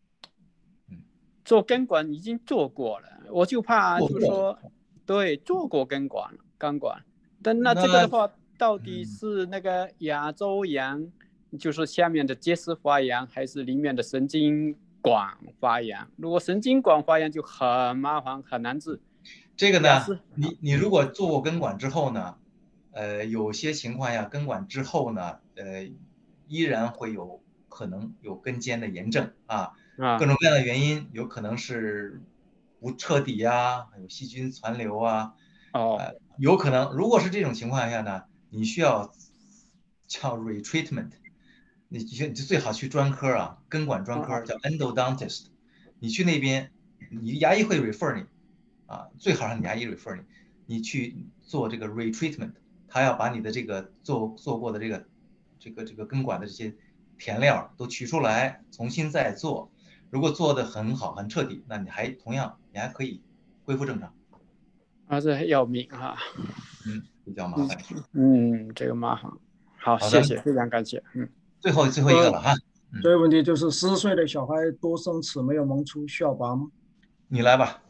做根管已经做过了，我就怕就是说，对，做过根管，但那这个的话，到底是那个牙周炎，就是下面的结石发炎，还是里面的神经管发炎？如果神经管发炎就很麻烦，很难治。 这个呢，你如果做过根管之后呢，有些情况下根管之后呢，依然会可能有根尖的炎症各种各样的原因，有可能是不彻底还有细菌残留有可能。如果是这种情况下呢，你需要叫 retreatment， 你就最好去专科根管专科叫 endodontist， 你去那边，你牙医会 refer 你最好让你牙医 refer 你去做这个 retreatment， 他要把你的这个做过的这个根管的这些填料都取出来，重新再做。如果做得很好很彻底，那你还可以恢复正常。 这要命比较麻烦。 这个麻烦。好，谢谢，非常感谢。 最后一个了这个问题就是10岁的小孩多生齿没有萌出，需要拔吗？ 你来吧。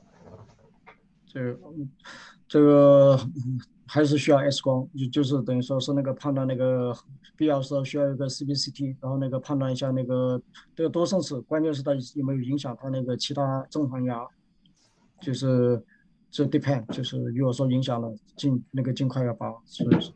这个还是需要 X 光，就是等于说是那个判断那个必要时候需要一个 CBCT， 然后那个判断一下那个这个多生齿，关键是它有没有影响它那个其他正常牙，就是这 depend， 就是如果说影响了尽快要拔，所以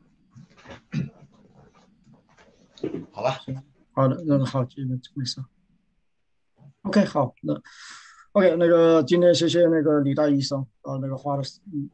好吧。 好的，那好，没事。OK， 好，OK， 那个今天谢谢那个李大医生那个花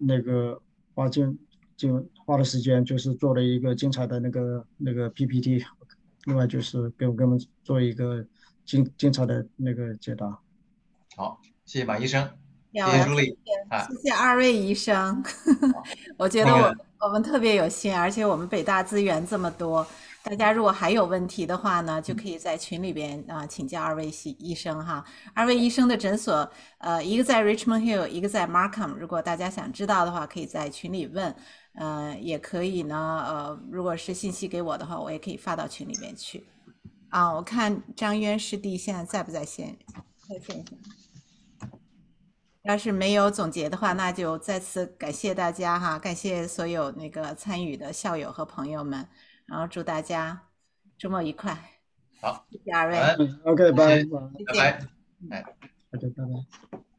的时间，就是做了一个精彩的那个 PPT， 另外就是给我们做一个精彩的那个解答。 好，谢谢马医生，谢谢朱莉， 谢谢2位医生。我觉得我们特别有心，而且我们北大资源这么多。大家如果还有问题的话呢，就可以在群里边请教2位医生哈。2位医生的诊所，一个在 Richmond Hill， 一个在 Markham。如果大家想知道的话，可以在群里问，也可以呢，如果是信息给我的话，我也可以发到群里面去。我看张渊师弟现在在不在线？ 在线上。要是没有总结的话，那就再次感谢大家哈，感谢所有那个参与的校友和朋友们，然后祝大家周末愉快。 好， 谢谢二位， 晚安， OK，拜拜。 拜拜，哎。 OK，拜拜。